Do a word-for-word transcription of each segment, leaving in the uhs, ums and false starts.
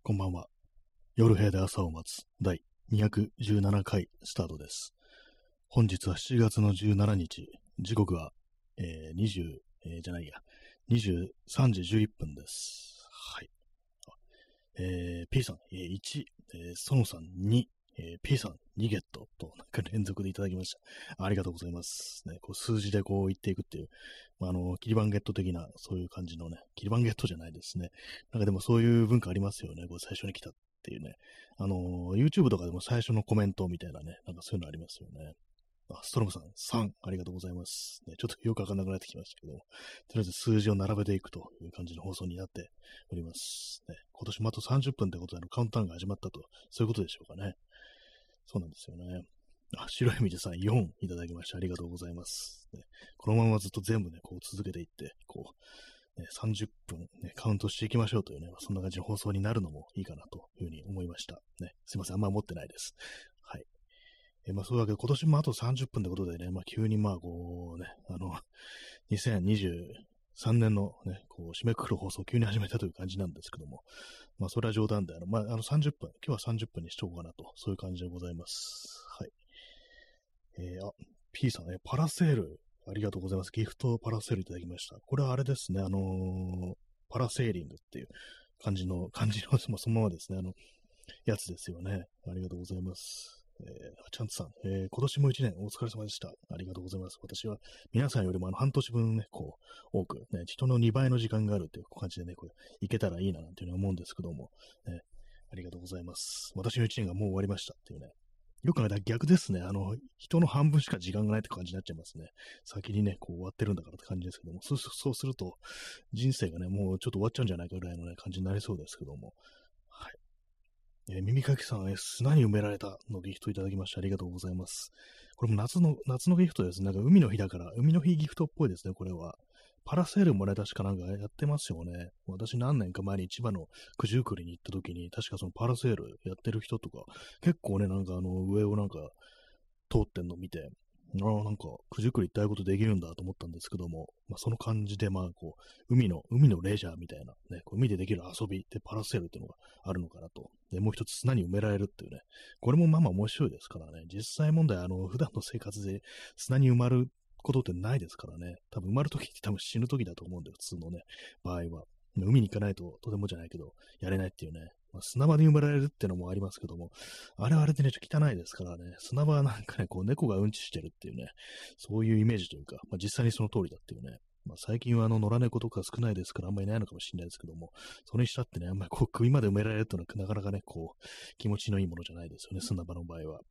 こんばんは。夜部屋で朝を待つだいにひゃくじゅうななかいスタートです。本日はしちがつのじゅうしちにち、時刻は、えー、にじゅう、えー、じゃないや、にじゅうさんじじゅういっぷんです。はい。えー、P さん、えー、いち、えー、ソノさんに、えー、P さんにゲットと、なんか連続でいただきました。ありがとうございます。ね、こう数字でこう言っていくっていう、まあ、あの、キリバンゲット的な、そういう感じのね、キリバンゲットじゃないですね。なんかでもそういう文化ありますよね。こう最初に来たっていうね。あの、YouTube とかでも最初のコメントみたいなね、なんかそういうのありますよね。あ、ストロムさん、さん、ありがとうございます。ね、ちょっとよくわかんなくなってきましたけども、とりあえず数字を並べていくという感じの放送になっております。ね、今年もあとさんじゅっぷんってことで、あのカウントダウンが始まったと、そういうことでしょうかね。そうなんですよね。あ、白い道さんよんいただきましてありがとうございます。ね、このままずっと全部ね、こう続けていって、こう、ね、さんじゅっぷん、ね、カウントしていきましょうというね、まあ、そんな感じの放送になるのもいいかなというふうに思いました。ね、すいません、あんま持ってないです。はい。えまあ、そうだけど、今年もあとさんじゅっぷんってことでね、まあ、急にまあ、こうね、あの、にせんにじゅうさんねんのね、こう、締めくくる放送を急に始めたという感じなんですけども、まあ、それは冗談で、あの、まあ、あのさんじゅっぷん、今日はさんじゅっぷんにしとこうかなと、そういう感じでございます。はい。えー、あ、P さん、ね、パラセール、ありがとうございます。ギフトパラセールいただきました。これはあれですね、あのーパラセーリングっていう感じの、感じの、まあ、そのままですね、あの、やつですよね。ありがとうございます。えー、チャンツさん、えー、今年も一年お疲れ様でした。ありがとうございます。私は皆さんよりもあの半年分ね、こう、多く、ね、人のにばいの時間があるっていう感じでね、これ、いけたらいいななんていうふうに思うんですけども、ね、ありがとうございます。私の一年がもう終わりましたっていうね。よく考えたら逆ですね。あの、人の半分しか時間がないって感じになっちゃいますね。先にね、こう終わってるんだからって感じですけども、そうそうすると、人生がね、もうちょっと終わっちゃうんじゃないかぐらいのね、感じになりそうですけども、はい。えー耳かきさん、えー砂に埋められたのギフトいただきましてありがとうございます。これも夏の、夏のギフトですね。なんか海の日だから、海の日ギフトっぽいですね、これは。パラセールもね、確かなんかやってますよね。私何年か前に千葉の九十九里に行った時に、確かそのパラセールやってる人とか、結構ね、なんかあの上をなんか通ってんの見て、ああ、なんか、九十九里行ったいことできるんだと思ったんですけども、まあ、その感じで、まあ、こう、海の、海のレジャーみたいな、ね、こう海でできる遊びってパラセールっていうのがあるのかなと。で、もう一つ砂に埋められるっていうね、これもまあまあ面白いですからね、実際問題、あの、普段の生活で砂に埋まることってないですからね、多分埋まるときって多分死ぬときだと思うんで、普通のね、場合は。海に行かないととてもじゃないけど、やれないっていうね、まあ、砂場に埋められるっていうのもありますけども、あれはあれでね、ちょっと汚いですからね、砂場はなんかね、こう猫がうんちしてるっていうね、そういうイメージというか、まあ、実際にその通りだっていうね、まあ、最近はあの野良猫とか少ないですからあんまりいないのかもしれないですけども、それにしたってね、あんまりこう首まで埋められるっていうのはなかなかね、こう気持ちのいいものじゃないですよね、砂場の場合は。はい、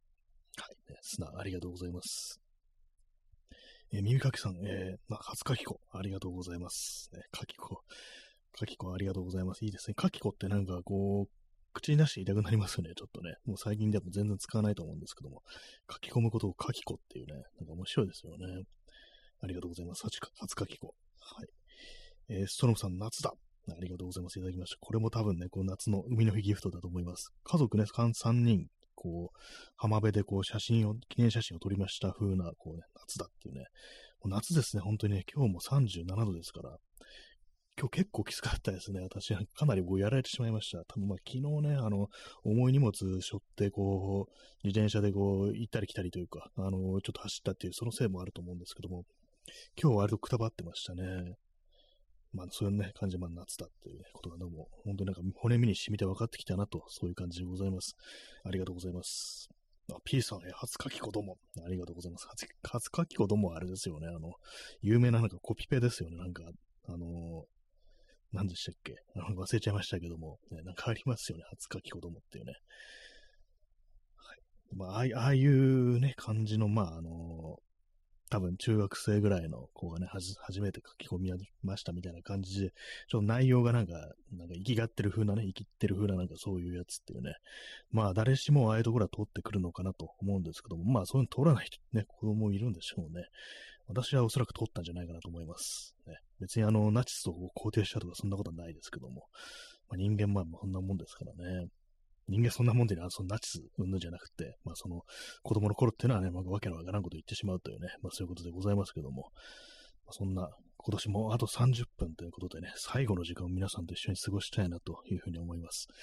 ね、砂ありがとうございます。えー、耳かきさん、えー、まあ、初かきこ、ありがとうございます。ね、かきこ、かきこありがとうございます。いいですね。かきこってなんかこう、口に出して痛くなりますよね、ちょっとね。もう最近でも全然使わないと思うんですけども、書き込むことを書きこっていうね、なんか面白いですよね。ありがとうございます。初書きこ。はい。えー、ストロムさん、夏だ。ありがとうございます。いただきました。これも多分ね、こう夏の海の日ギフトだと思います。家族ね、さんにん、こう、浜辺でこう写真を、記念写真を撮りました風な、こうね、夏だっていうね。もう夏ですね、本当にね、今日もさんじゅうななどですから、今日結構きつかったですね。私はかなりこうやられてしまいました。多分まあ昨日ね、あの、重い荷物背負ってこう、自転車でこう、行ったり来たりというか、あの、ちょっと走ったっていう、そのせいもあると思うんですけども、今日は割とくたばってましたね。まあそういうね、感じで、まあ夏だっていう、ね、ことがどうも、本当になんか骨身に染みて分かってきたなと、そういう感じでございます。ありがとうございます。あ、P さん、え、初書き子供。ありがとうございます。初初書き子供はあれですよね。あの、有名ななんかコピペですよね。なんか、あの何でしたっけあの忘れちゃいましたけども、ね、なんかありますよね。初書き子供っていうね。はい。まあ、ああいああいうね、感じの、まあ、あの多分中学生ぐらいの子がね、はじ初めて書き込みましたみたいな感じで、ちょっと内容がなんか、なんか生きがってる風なね、生きってる風ななんかそういうやつっていうね、まあ誰しもああいうところは通ってくるのかなと思うんですけども、まあそういうの通らない人ね、子供いるんでしょうね。私はおそらく通ったんじゃないかなと思います。ね、別にあの、ナチスを肯定したとかそんなことはないですけども、まあ、人間まあそんなもんですからね。人間そんなもんでね、そのナチス云々じゃなくて、まあその子供の頃っていうのはね、まあ、わけのわからんことを言ってしまうというね、まあそういうことでございますけども、まあ、そんな今年もあとさんじゅっぷんということでね、最後の時間を皆さんと一緒に過ごしたいなというふうに思います。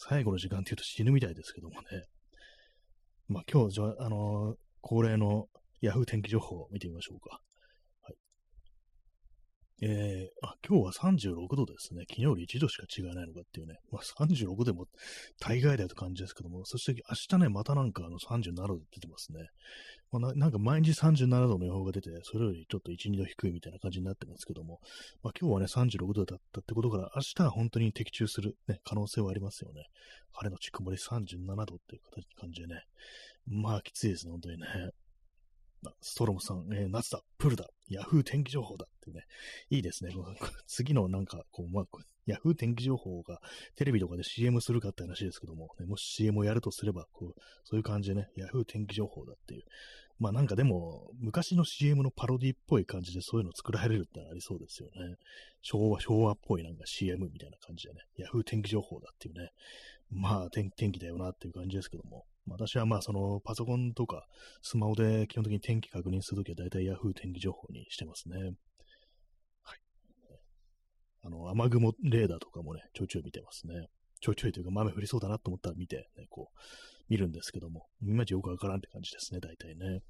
最後の時間って言うと死ぬみたいですけどもね。まあ今日、じゃあ、あのー恒例の Yahoo 天気情報を見てみましょうか。はい。えー、あ、今日はさんじゅうろくどですね。昨日よりいちどしか違いないのかっていうね。まあさんじゅうろくでも大概だよって感じですけども、そして明日ね、またなんかあのさんじゅうななど出てますね。まあ、ななんか毎日さんじゅうななどの予報が出て、それよりちょっといち、にど低いみたいな感じになってますけども、まあ、今日はね、さんじゅうろくどだったってことから、明日は本当に的中する、ね、可能性はありますよね。晴れのち曇りさんじゅうななどっていう形感じでね。まあ、きついですね、本当にね。あストロムさん、えー夏だ、プールだ、ヤフー天気情報だっていうね。いいですね。こう次のなんか、こう、まあ、ヤフー天気情報がテレビとかで シーエム するかって話ですけども、ね、もし シーエム をやるとすれば、こう、そういう感じでね、ヤフー天気情報だっていう。まあなんかでも、昔の シーエム のパロディっぽい感じでそういうの作られるってのありそうですよね。昭和、昭和っぽいなんか シーエム みたいな感じでね、ヤフー天気情報だっていうね。まあ天、天気だよなっていう感じですけども。私はまあそのパソコンとかスマホで基本的に天気確認するときは大体 Yahoo 天気情報にしてますね。はい。あの、雨雲レーダーとかもね、ちょいちょい見てますね。ちょいちょいというか、まあ雨降りそうだなと思ったら見て、ね、こう、見るんですけども、いまいちよくわからんって感じですね、大体ね。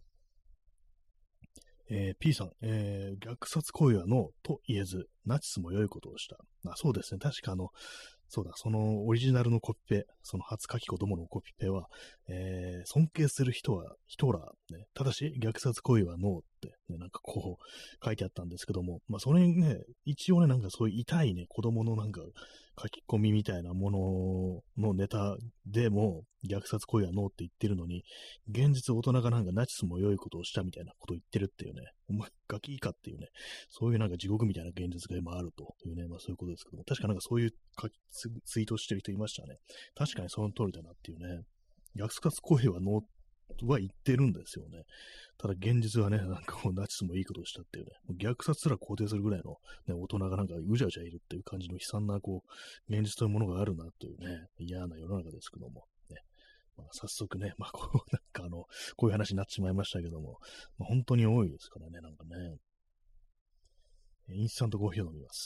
えー、P さん、えー、虐殺行為はノーと言えず、ナチスも良いことをした。あ、そうですね。確かあの、そうだ、そのオリジナルのコピペ、その初書き子供のコピペは、えー、尊敬する人は、人ら、ね、ただし虐殺行為はノーって、ね、なんかこう書いてあったんですけども、まあそれにね、一応ね、なんかそういう痛いね、子供のなんか書き込みみたいなもののネタでも虐殺行為はノーって言ってるのに、現実大人がなんかナチスも良いことをしたみたいなことを言ってるっていうね、お前ガキかっていうね、そういうなんか地獄みたいな現実が今あるというね、まあそういうことですけども、確かなんかそういう書きツツイートしてる人いましたね。確かにその通りだなっていうね。虐殺行為はノーは言ってるんですよね。ただ現実はね、なんかこうナチスもいいことをしたっていうね、もう虐殺すら肯定するぐらいの、ね、大人がなんかうじゃうじゃいるっていう感じの悲惨なこう、現実というものがあるなというね、嫌な世の中ですけども、ね。まあ、早速ね、まあこう、なんかあの、こういう話になってしまいましたけども、まあ、本当に多いですからね、なんかね。インスタントコーヒーを飲みます。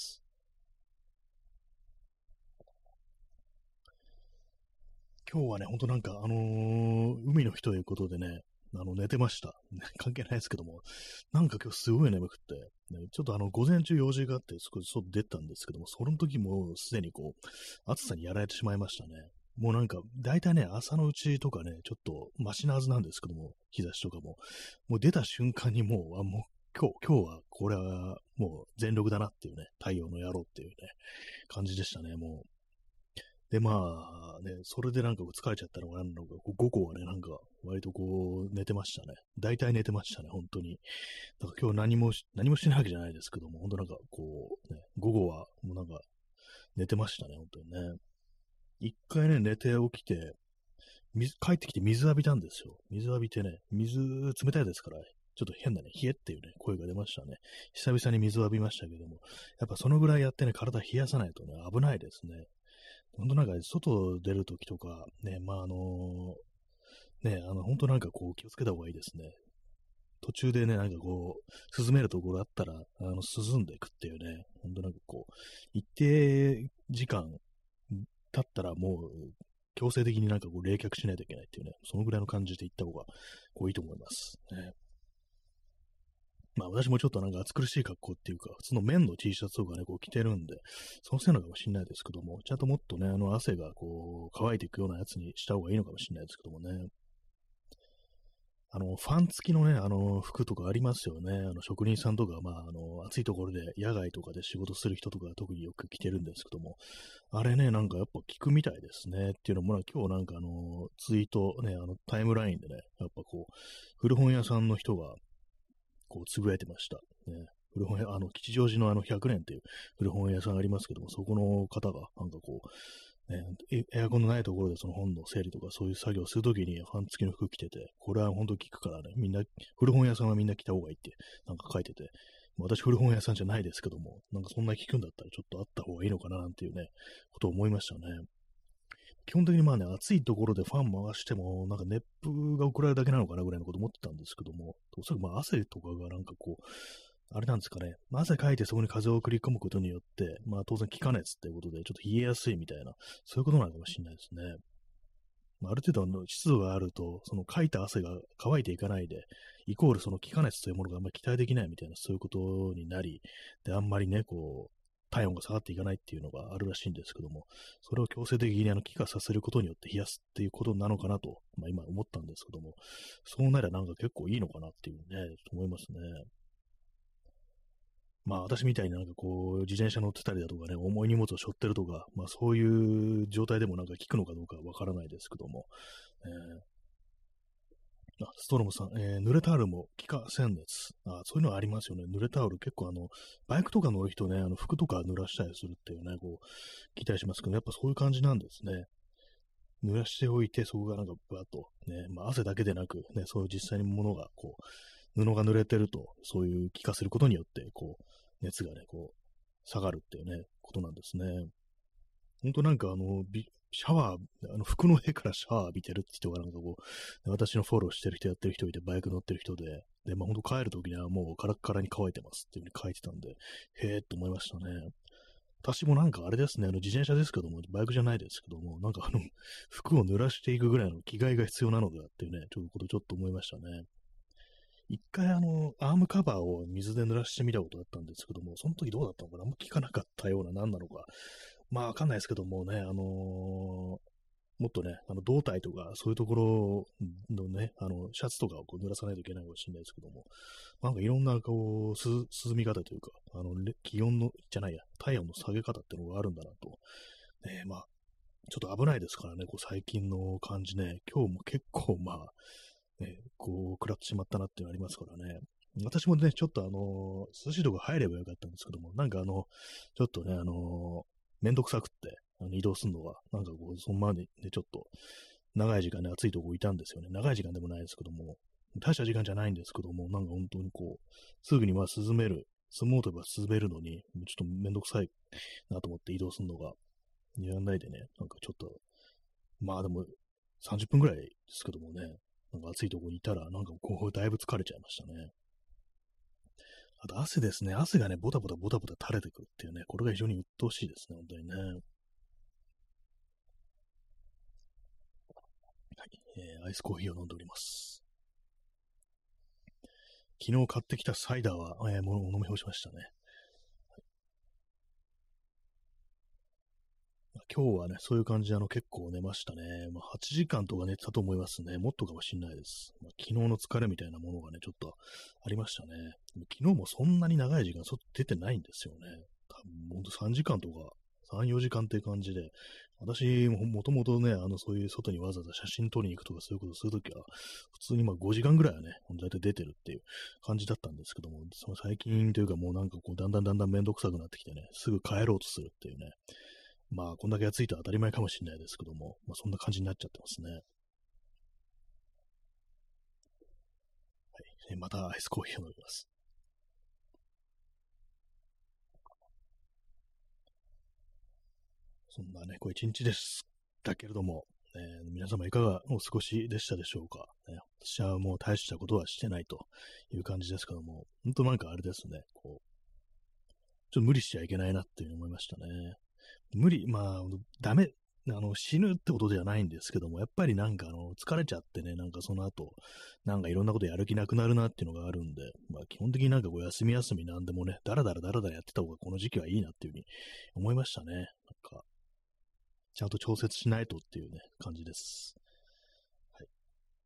今日はね、ほんとなんか、あのー海の日ということでね、あの、寝てました。ね関係ないですけども、なんか今日すごい眠くって、ね、ちょっとあの、午前中用事があって、少し外出たんですけども、その時もすでにこう、暑さにやられてしまいましたね。もうなんか、大体ね、朝のうちとかね、ちょっとマシなはずなんですけども、日差しとかも、もう出た瞬間にもう、あ、もう、今日、今日は、これは、もう全力だなっていうね、太陽の野郎っていうね、感じでしたね、もう。で、まあね、それでなんか疲れちゃったのが何なのか、午後はね、なんか割とこう寝てましたね。大体寝てましたね、本当に。だから今日何もし、何もしてないわけじゃないですけども、本当なんかこう、ね、午後はもうなんか寝てましたね、本当にね。一回ね、寝て起きて、水、帰ってきて水浴びたんですよ。水浴びてね、水冷たいですから、ちょっと変なね、冷えっていうね、声が出ましたね。久々に水を浴びましたけども、やっぱそのぐらいやってね、体冷やさないとね、危ないですね。本当なんか、外出るときとか、ね、まあ、あのね、あの、本当なんかこう、気をつけた方がいいですね。途中でね、なんかこう、涼めるところあったら、あの、涼んでいくっていうね、本当なんかこう、一定時間経ったらもう、強制的になんかこう、冷却しないといけないっていうね、そのぐらいの感じで行った方が、こう、いいと思います。ね。まあ私もちょっとなんか暑苦しい格好っていうか、普通の綿の T シャツとかね、こう着てるんで、そのせいなのかもしれないですけども、ちゃんともっとね、あの汗がこう乾いていくようなやつにした方がいいのかもしれないですけどもね。あの、ファン付きのね、あの、服とかありますよね。あの、職人さんとか、まあ、あの、暑いところで、野外とかで仕事する人とか特によく着てるんですけども、あれね、なんかやっぱ効くみたいですね。っていうのも、今日なんかあの、ツイートね、あの、タイムラインでね、やっぱこう、古本屋さんの人が、こう、つぶやいてました。ね。古本屋、あの、吉祥寺のあの、ひゃくねんっていう古本屋さんありますけども、そこの方が、なんかこう、ね、エアコンのないところでその本の整理とかそういう作業をするときにファン付きの服着てて、これは本当効くからね、みんな、古本屋さんはみんな着た方がいいって、なんか書いてて、私古本屋さんじゃないですけども、なんかそんな効くんだったらちょっとあった方がいいのかななんていうね、ことを思いましたね。基本的にまあね、暑いところでファン回しても、なんか熱風が送られるだけなのかなぐらいのこと思ってたんですけども、おそらくまあ汗とかがなんかこう、 あれなんですかね、まあ汗かいてそこに風を送り込むことによって、まあ当然気化熱っていうことで、ちょっと冷えやすいみたいな、そういうことなのかもしれないですね。まあ、ある程度の湿度があると、そのかいた汗が乾いていかないで、イコールその気化熱というものがあんまり期待できないみたいな、そういうことになり、で、あんまりね、こう、体温が下がっていかないっていうのがあるらしいんですけども、それを強制的にあの気化させることによって冷やすっていうことなのかなと、まあ今思ったんですけども、そうならなんか結構いいのかなっていうね、思いますね。まあ私みたいになんかこう、自転車乗ってたりだとかね、重い荷物を背負ってるとか、まあそういう状態でもなんか効くのかどうかわからないですけども、えーあ、ストロムさん、えー濡れタオルも気化鮮熱。あ、そういうのありますよね。濡れタオル結構あの、バイクとか乗る人ね、あの服とか濡らしたりするっていうね、こう、期待しますけど、やっぱそういう感じなんですね。濡らしておいて、そこがなんかバーッと、ね、まあ汗だけでなく、ね、そういう実際に物がこう、布が濡れてると、そういう気化することによって、こう、熱がね、こう、下がるっていうね、ことなんですね。ほんとなんかあの、びシャワー、あの服の上からシャワー浴びてるって人がなんかこう、私のフォローしてる人やってる人いて、バイク乗ってる人で、で、まあほんと帰るときにはもうカラッカラに乾いてますっていう風に書いてたんで、へえって思いましたね。私もなんかあれですね、あの自転車ですけども、バイクじゃないですけども、なんかあの、服を濡らしていくぐらいの着替えが必要なのだっていうね、ちょっとことちょっと思いましたね。一回あの、アームカバーを水で濡らしてみたことあったんですけども、その時どうだったのかなあんま効かなかったような、何なのか。まあわかんないですけどもね、あのーもっとね、あの胴体とか、そういうところのね、あの、シャツとかをこう濡らさないといけないかもしれないですけども、なんかいろんな、こう、涼み方というか、あの、れ気温の、じゃないや、体温の下げ方っていうのがあるんだなと。ね、まあ、ちょっと危ないですからね、こう最近の感じね、今日も結構まあ、ね、こう、食らってしまったなっていうのありますからね。私もね、ちょっとあの、涼しいとこ入ればよかったんですけども、なんかあの、ちょっとね、あの、めんどくさくって、あの移動するのが、なんかこう、そのままでね、ちょっと、長い時間ね、暑いとこいたんですよね。長い時間でもないですけども、大した時間じゃないんですけども、なんか本当にこう、すぐにまあ涼める、住もうとば涼めるのに、ちょっとめんどくさいなと思って移動するのが、やんないでね、なんかちょっと、まあでも、さんじゅっぷんぐらいですけどもね、なんか暑いとこにいたら、なんかこう、だいぶ疲れちゃいましたね。あと汗ですね。汗がね、ボタボタボタボタ垂れてくるっていうね、これが非常に鬱陶しいですね、本当にね。はい、えーアイスコーヒーを飲んでおります。昨日買ってきたサイダーは、えーもう飲み干しましたね。まあ今日はね、そういう感じであの結構寝ましたね。まあ、はちじかんとか寝てたと思いますね。もっとかもしれないです。まあ、昨日の疲れみたいなものがね、ちょっとありましたね。昨日もそんなに長い時間外出てないんですよね。多分ほんとさんじかんとかさん、よじかんっていう感じで、私ももともとね、あのそういう外にわざわざ写真撮りに行くとかそういうことするときは、普通にまあごじかんぐらいはね、だいたい出てるっていう感じだったんですけども、その最近というかもうなんかこうだんだんだんだんめんどくさくなってきてね、すぐ帰ろうとするっていうね、まあ、こんだけ暑いと当たり前かもしれないですけども、まあ、そんな感じになっちゃってますね。はい。またアイスコーヒーを飲みます。そんなね、こう一日でしたけれども、えー皆様いかがお過ごしでしたでしょうか、ね。私はもう大したことはしてないという感じですけども、本当なんかあれですね、こう、ちょっと無理しちゃいけないなっていうふうに思いましたね。無理、まあ、ダメ、あの、死ぬってことではないんですけども、やっぱりなんかあの、疲れちゃってね、なんかその後、なんかいろんなことやる気なくなるなっていうのがあるんで、まあ基本的になんかこう休み休みなんでもね、だらだらだらだらやってた方がこの時期はいいなっていうふうに思いましたね。なんか、ちゃんと調節しないとっていうね、感じです。はい。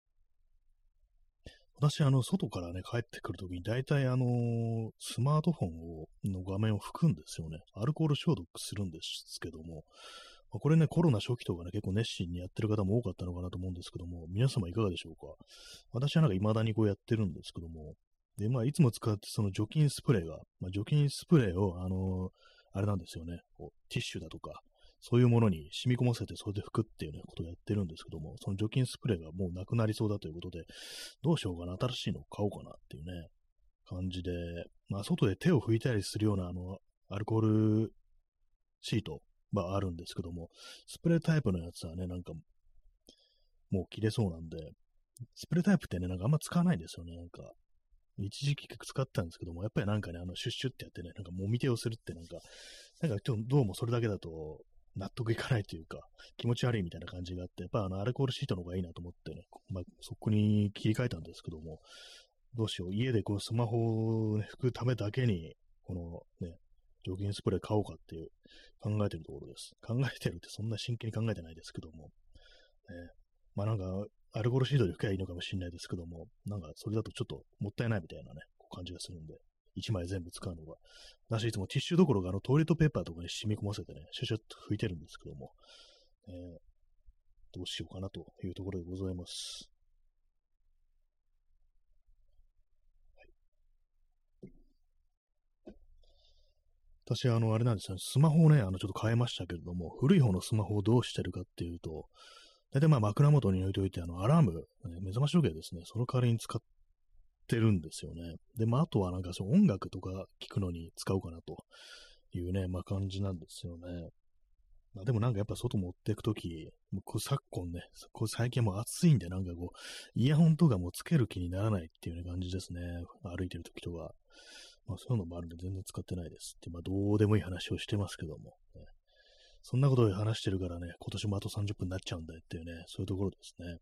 私、あの、外からね、帰ってくるときに、大体あのスマートフォンを、の画面を拭くんですよね。アルコール消毒するんですけども、まあこれね、コロナ初期とかね、結構熱心にやってる方も多かったのかなと思うんですけども、皆様いかがでしょうか。私はなんか未だにこうやってるんですけども、で、まあ、いつも使ってその除菌スプレーが、まあ、除菌スプレーを、あのーあれなんですよね、こうティッシュだとか、そういうものに染み込ませてそれで拭くっていうね、ことをやってるんですけども、その除菌スプレーがもうなくなりそうだということで、どうしようかな、新しいのを買おうかなっていうね、感じで、まあ、外で手を拭いたりするような、あの、アルコールシートがあるんですけども、スプレータイプのやつはね、なんか、もう切れそうなんで、スプレータイプってね、なんかあんま使わないんですよね、なんか。 一時期使ったんですけども、やっぱりなんかね、あの、シュッシュってやってね、なんかもみ手をするってなんか、なんかちょっとどうもそれだけだと納得いかないというか、気持ち悪いみたいな感じがあって、やっぱあの、アルコールシートの方がいいなと思ってね、まあ、そこに切り替えたんですけども、どうしよう、家でこうスマホを、ね、拭くためだけに、このね、除菌スプレー買おうかっていう考えてるところです。考えてるってそんな真剣に考えてないですけども、ね、まあなんか、アルコールシートで拭けばいいのかもしれないですけども、なんかそれだとちょっともったいないみたいなね、感じがするんで、一枚全部使うのが。私いつもティッシュどころかあのトイレットペーパーとかに染み込ませてね、シュシュッと拭いてるんですけども、えー、どうしようかなというところでございます。私、あの、あれなんですよね、スマホをね、あの、ちょっと変えましたけれども、古い方のスマホをどうしてるかっていうと、大体まあ枕元に置いておいて、あの、アラーム、ね、目覚まし時計ですね、その代わりに使ってるんですよね。で、まあ、あとはなんかその音楽とか聞くのに使うかなというね、まあ感じなんですよね。まあでもなんかやっぱ外持っていくとき、もうこう昨今ね、こう最近もう暑いんでなんかこう、イヤホンとかもつける気にならないっていうね感じですね。歩いてるときとか。まあそういうのもあるんで全然使ってないですって、まあどうでもいい話をしてますけども、ね。そんなことで話してるからね、今年もあとさんじゅっぷんになっちゃうんだよっていうね、そういうところですね。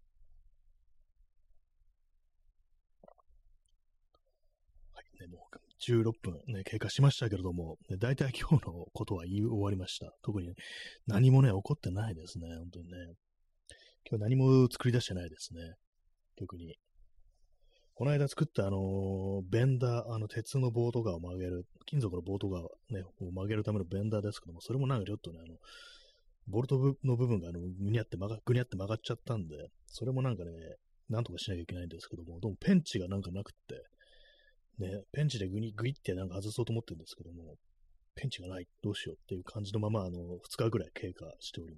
はい、ね、もうじゅうろっぷん、ね、経過しましたけれども、ね、大体今日のことは言い終わりました。特に、ね、何もね、起こってないですね、本当にね。今日何も作り出してないですね。特に。この間作ったあのーベンダー、あの鉄の棒とかを曲げる、金属の棒とかをね、を曲げるためのベンダーですけども、それもなんかちょっとね、あの、ボルトの部分があのぐにゃって曲が、ぐにゃって曲がっちゃったんで、それもなんかね、なんとかしなきゃいけないんですけども、どうもペンチがなんかなくって、ね、ペンチでグニグイってなんか外そうと思ってるんですけども、ペンチがない、どうしようっていう感じのまま、あの、ふつかぐらい経過しております。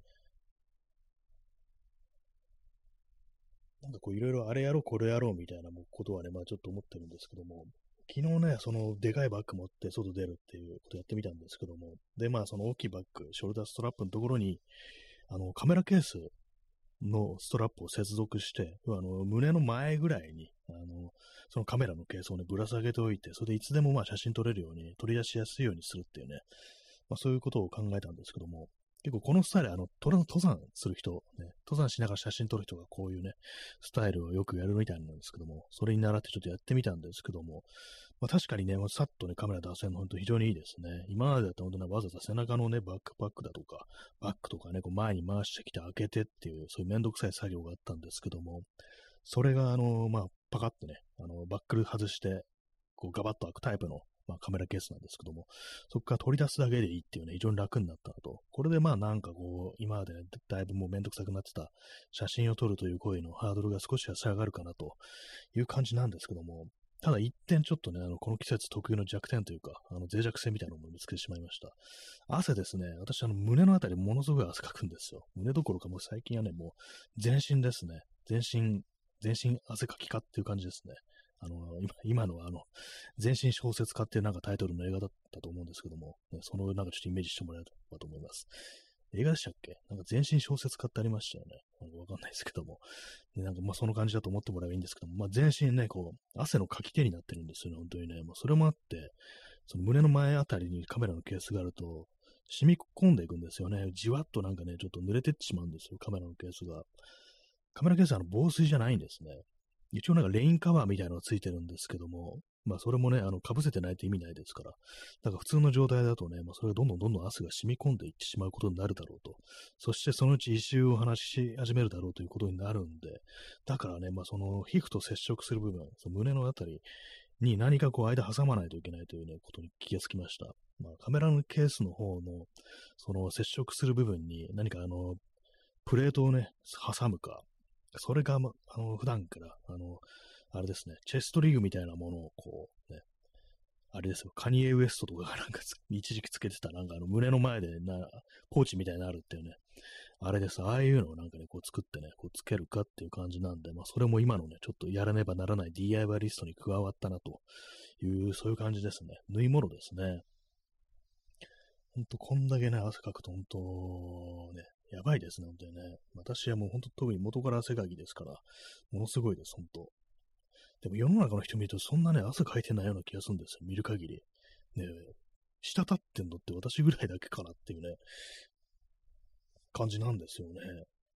なんかこういろいろあれやろうこれやろうみたいなことはね、まあちょっと思ってるんですけども、昨日ね、そのでかいバッグ持って外出るっていうことやってみたんですけども、で、まあその大きいバッグ、ショルダーストラップのところに、あの、カメラケースのストラップを接続して、あの、胸の前ぐらいに、あの、そのカメラのケースをね、ぶら下げておいて、それでいつでもまあ写真撮れるように、取り出しやすいようにするっていうね、まあそういうことを考えたんですけども、結構このスタイル、あの、登山する人、ね、登山しながら写真撮る人がこういうね、スタイルをよくやるみたいなんですけども、それに習ってちょっとやってみたんですけども、まあ確かにね、もうさっとね、カメラ出せるの本当非常にいいですね。今までだと本当にわざわざ背中のね、バックパックだとか、バックとかね、こう前に回してきて開けてっていう、そういうめんどくさい作業があったんですけども、それがあの、まあ、パカってね、あの、バックル外して、こうガバッと開くタイプの、まあ、カメラケースなんですけども、そこから取り出すだけでいいっていうね、非常に楽になったのと、これでまあなんかこう、今までね、だいぶもうめんどくさくなってた写真を撮るという行為のハードルが少しは下がるかなという感じなんですけども、ただ一点ちょっとね、あの、この季節特有の弱点というか、あの、脆弱性みたいなのも見つけてしまいました。汗ですね、私あの、胸のあたりものすごい汗かくんですよ。胸どころかもう最近はね、もう全身ですね。全身、全身汗かきかっていう感じですね。あの、今、今のあの、全身小説家っていうなんかタイトルの映画だったと思うんですけども、ね、そのなんかちょっとイメージしてもらえればと思います。映画でしたっけなんか全身小説家ってありましたよね。なんかわかんないですけども。でなんかまあその感じだと思ってもらえばいいんですけども、まあ全身ね、こう、汗のかき手になってるんですよね、本当にね。まあそれもあって、その胸の前あたりにカメラのケースがあると、染み込んでいくんですよね。じわっとなんかね、ちょっと濡れてってしまうんですよ、カメラのケースが。カメラケースはあの防水じゃないんですね。一応なんかレインカバーみたいなのがついてるんですけども、まあそれもね、あの、被せてないと意味ないですから。だから普通の状態だとね、まあそれがどんどんどんどん汗が染み込んでいってしまうことになるだろうと。そしてそのうち異臭を話し始めるだろうということになるんで、だからね、まあその皮膚と接触する部分、その胸のあたりに何かこう間挟まないといけないというね、ことに気がつきました。まあカメラのケースの方の、その接触する部分に何かあの、プレートをね、挟むか、それが、ま、あの、普段から、あの、あれですね、チェストリーグみたいなものを、こう、ね、あれですよ、カニエ・ウエストとかがなんか一時期つけてた、なんかあの、胸の前でな、ポーチみたいになるっていうね、あれです。ああいうのをなんかね、こう作ってね、こうつけるかっていう感じなんで、まあ、それも今のね、ちょっとやらねばならない ディーアイワイ リストに加わったなという、そういう感じですね。縫い物ですね。ほんと、こんだけね、汗かくと、ほんと、ね、やばいですね、本当にね。私はもう本当、特に元から汗かきですから、ものすごいです、本当。 でも世の中の人見るとそんなね、汗かいてないような気がするんですよ。見る限り。ねえ、滴ってんのって私ぐらいだけかなっていうね、感じなんですよね。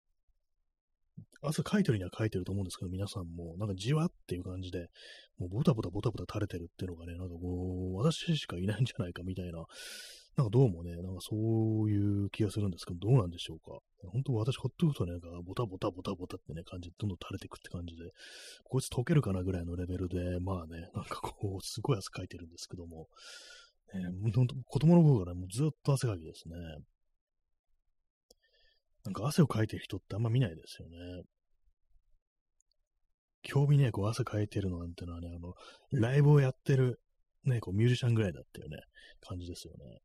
汗かいてるにはかいてると思うんですけど、皆さんも、なんかじわっていう感じで、もうボタボタボタボタ垂れてるっていうのがね、なんかこう、私しかいないんじゃないかみたいな、なんかどうもね、なんかそういう気がするんですけど、どうなんでしょうか。本当私ほっとくとね、なんかボタボタボタボタってね、感じで、どんどん垂れていくって感じで、こいつ溶けるかなぐらいのレベルで、まあね、なんかこう、すごい汗かいてるんですけども、ね、本当子供の頃からもうずっと汗かきですね。なんか汗をかいてる人ってあんま見ないですよね。興味ね、こう汗かいてるのなんてのはね、あの、ライブをやってる、ね、こうミュージシャンぐらいだっていうね、感じですよね。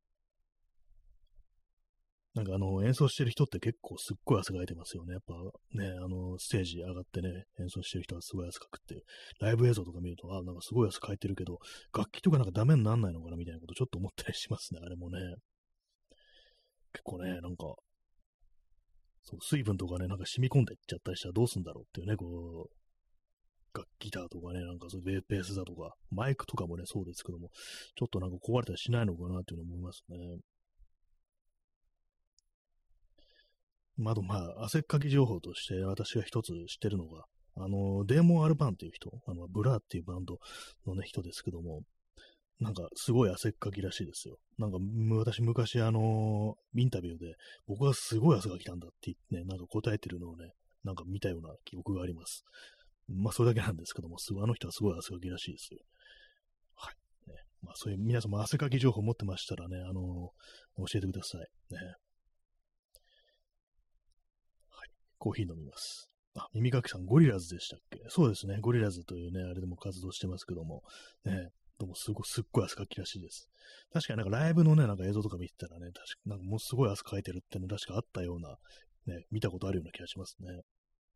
なんかあの、演奏してる人って結構すっごい汗かいてますよね。やっぱね、あの、ステージ上がってね、演奏してる人はすごい汗かくっていう、ライブ映像とか見ると、あ、なんかすごい汗かいてるけど、楽器とかなんかダメになんないのかなみたいなことちょっと思ったりしますね、あれもね。結構ね、なんか、そう、水分とかね、なんか染み込んでっちゃったりしたらどうすんだろうっていうね、こう、楽ギターとかね、なんかそういうベースだとか、マイクとかもね、そうですけども、ちょっとなんか壊れたりしないのかなっていうの思いますね。まあ、あと、まあ、汗っかき情報として私が一つ知ってるのが、あの、デーモン・アルバンっていう人、あの、ブラーっていうバンドのね、人ですけども、なんか、すごい汗っかきらしいですよ。なんか、む私、昔、あのインタビューで、僕はすごい汗が来たんだって言ってね、なんか答えてるのをね、なんか見たような記憶があります。まあ、それだけなんですけども、すごいあの人はすごい汗かきらしいですよ。はい。ね、まあ、そういう、皆さんも汗かき情報持ってましたらね、あの教えてください。ね。はい。コーヒー飲みます。あ、耳かきさん、ゴリラズでしたっけ？そうですね。ゴリラズというね、あれでも活動してますけども、ね、どうもすごすっごい汗かきらしいです。確かになんかライブのね、なんか映像とか見てたらね、確かなんかもうすごい汗かいてるっていうの確かあったような、ね、見たことあるような気がしますね。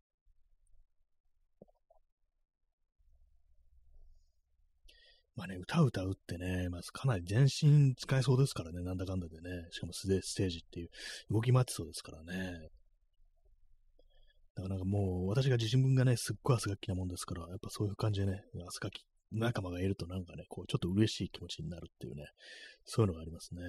まあね、歌う歌うってね、まずかなり全身使えそうですからね、なんだかんだでね。しかもステステージっていう動き回ってそうですからね。だからなんかもう、私が自分がね、すっごい汗かきなもんですから、やっぱそういう感じでね、汗かき仲間がいるとなんかね、こう、ちょっと嬉しい気持ちになるっていうね、そういうのがありますね。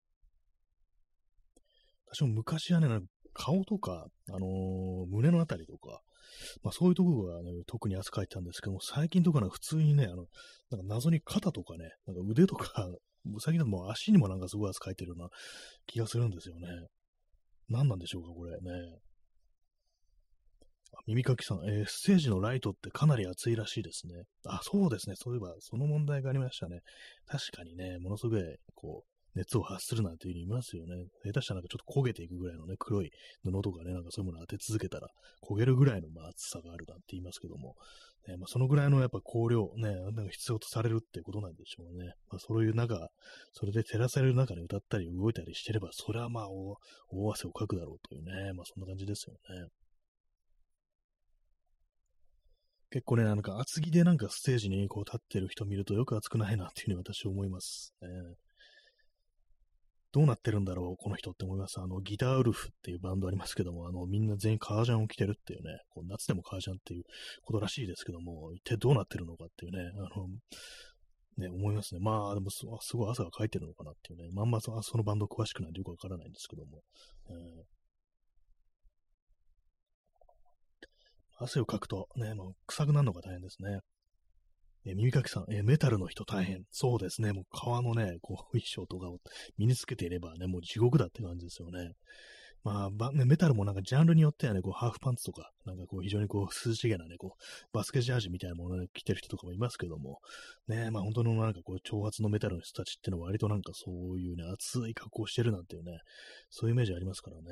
私も昔はね、なんか顔とか、あのー胸のあたりとか、まあそういうところがね、特に汗かいてたんですけども、最近とかなんか普通にね、あの、なんか謎に肩とかね、なんか腕とか、最近だともう足にもなんかすごい汗かいてるような気がするんですよね。何なんでしょうか、これね。あ耳かきさん、えーステージのライトってかなり暑いらしいですね。あ、そうですね。そういえば、その問題がありましたね。確かにね、ものすごい、こう、熱を発するなんていうふうに言いますよね。下手したらなんかちょっと焦げていくぐらいのね、黒い布とかね、なんかそういうものを当て続けたら焦げるぐらいの、まあ、暑さがあるなんて言いますけども、ね、まあ、そのぐらいのやっぱ光量、ね、なんか必要とされるってことなんでしょうね。まあ、そういう中、それで照らされる中で歌ったり動いたりしてれば、それはまあ大、大汗をかくだろうというね、まあそんな感じですよね。結構ね、なんか厚着でなんかステージにこう立ってる人見るとよく暑くないなっていうふうに私思います、ね。どうなってるんだろう、この人って思います。あの、ギターウルフっていうバンドありますけども、あの、みんな全員革ジャンを着てるっていうね、こう夏でも革ジャンっていうことらしいですけども、一体どうなってるのかっていうね、あの、ね、思いますね。まあ、でもす、すごい汗がかいてるのかなっていうね、まんまそそのバンド詳しくないんでよくわからないんですけども、えー汗をかくとね、もう臭くなるのが大変ですね。えー耳かきさん、えーメタルの人大変。そうですね。もう革のね、こう、衣装とかを身につけていればね、もう地獄だって感じですよね。まあ、ばね、メタルもなんかジャンルによってはね、こう、ハーフパンツとか、なんかこう、非常にこう、涼しげなね、こう、バスケジャージみたいなものを、ね、着てる人とかもいますけども、ね、まあ本当のなんかこう、長髪のメタルの人たちってのは割となんかそういうね、熱い格好をしてるなんていうね、そういうイメージありますからね。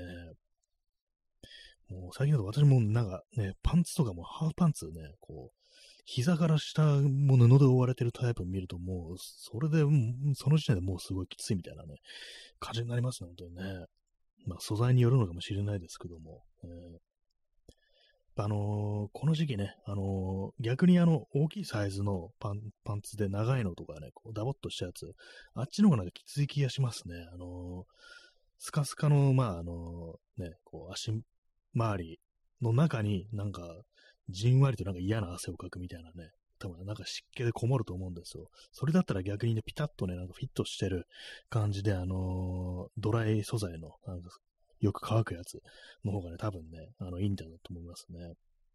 もう最近だと私もなんかね、パンツとかもハーフパンツね、こう、膝から下も布で覆われてるタイプを見るともう、それで、うんその時点でもうすごいきついみたいなね、感じになりますね、本当にね。まあ素材によるのかもしれないですけども。えーあのーこの時期ね、あのー逆にあの、大きいサイズのパン、パンツで長いのとかね、こうダボっとしたやつ、あっちの方がなんかきつい気がしますね。あのースカスカの、まあ、あのーね、こう足周りの中になんか、じんわりとなんか嫌な汗をかくみたいなね、 多分なんか湿気でこもると思うんですよ。それだったら逆にね、ピタッとね、なんかフィットしてる感じで、あのードライ素材の、なんかよく乾くやつの方がね、多分ね、あの、いいんだなと思いますね。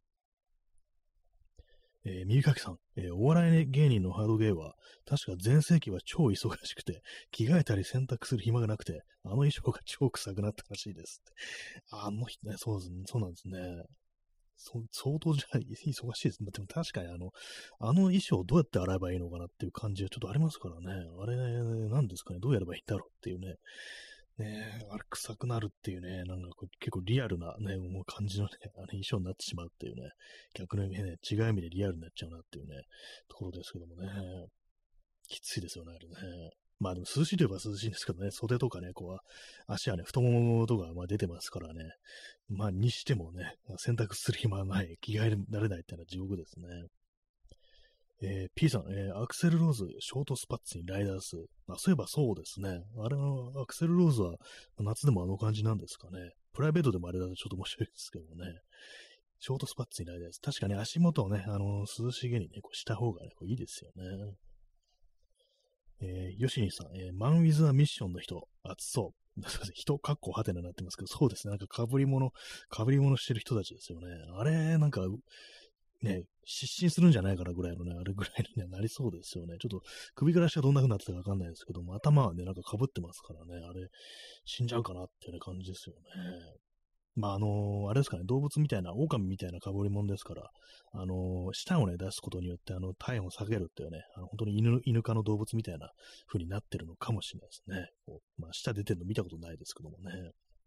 えー、耳かきさん、えーお笑い芸人のハードゲーは、確か全盛期は超忙しくて、着替えたり洗濯する暇がなくて、あの衣装が超臭くなったらしいですって。あの人ね、そうですね、そうなんですね。そ相当じゃ忙しいです。でも確かにあの、あの衣装をどうやって洗えばいいのかなっていう感じはちょっとありますからね。あれ、なんですかね、どうやればいいんだろうっていうね。ねえ、あれ臭くなるっていうね、なんかこう結構リアルなね、もう感じのね、あの衣装になってしまうっていうね、逆の意味でね、違う意味でリアルになっちゃうなっていうね、ところですけどもね、きついですよね、あれね。まあでも涼しいといえば涼しいんですけどね、袖とかね、こう、足はね、太ももとかまあ出てますからね、まあにしてもね、洗濯する暇はない、着替えられないっていうのは地獄ですね。えー、P さん、えーアクセルローズ、ショートスパッツにライダース。あ、そういえばそうですね。あれの、アクセルローズは夏でもあの感じなんですかね。プライベートでもあれだとちょっと面白いですけどね。ショートスパッツにライダース。確かに足元をね、あの、涼しげにね、こうした方がね、こういいですよね。えー、ヨシニさん、えーマンウィズ・ア・ミッションの人、暑そう。すいません人、かっこはてなになってますけど、そうですね。なんか被り物、被り物してる人たちですよね。あれ、なんか、ね、失神するんじゃないかなぐらいのね、あれぐらいに、ね、なりそうですよね。ちょっと首から下どんな風になってたかわかんないですけども、頭はね、なんか被ってますからね、あれ、死んじゃうかなっていうね、感じですよね。まあ、あのーあれですかね、動物みたいな、狼みたいな被り物ですから、あのー舌をね、出すことによって、あの、体温を下げるっていうね、あの本当に犬、犬科の動物みたいな風になってるのかもしれないですね。こうまあ、舌出てるの見たことないですけどもね。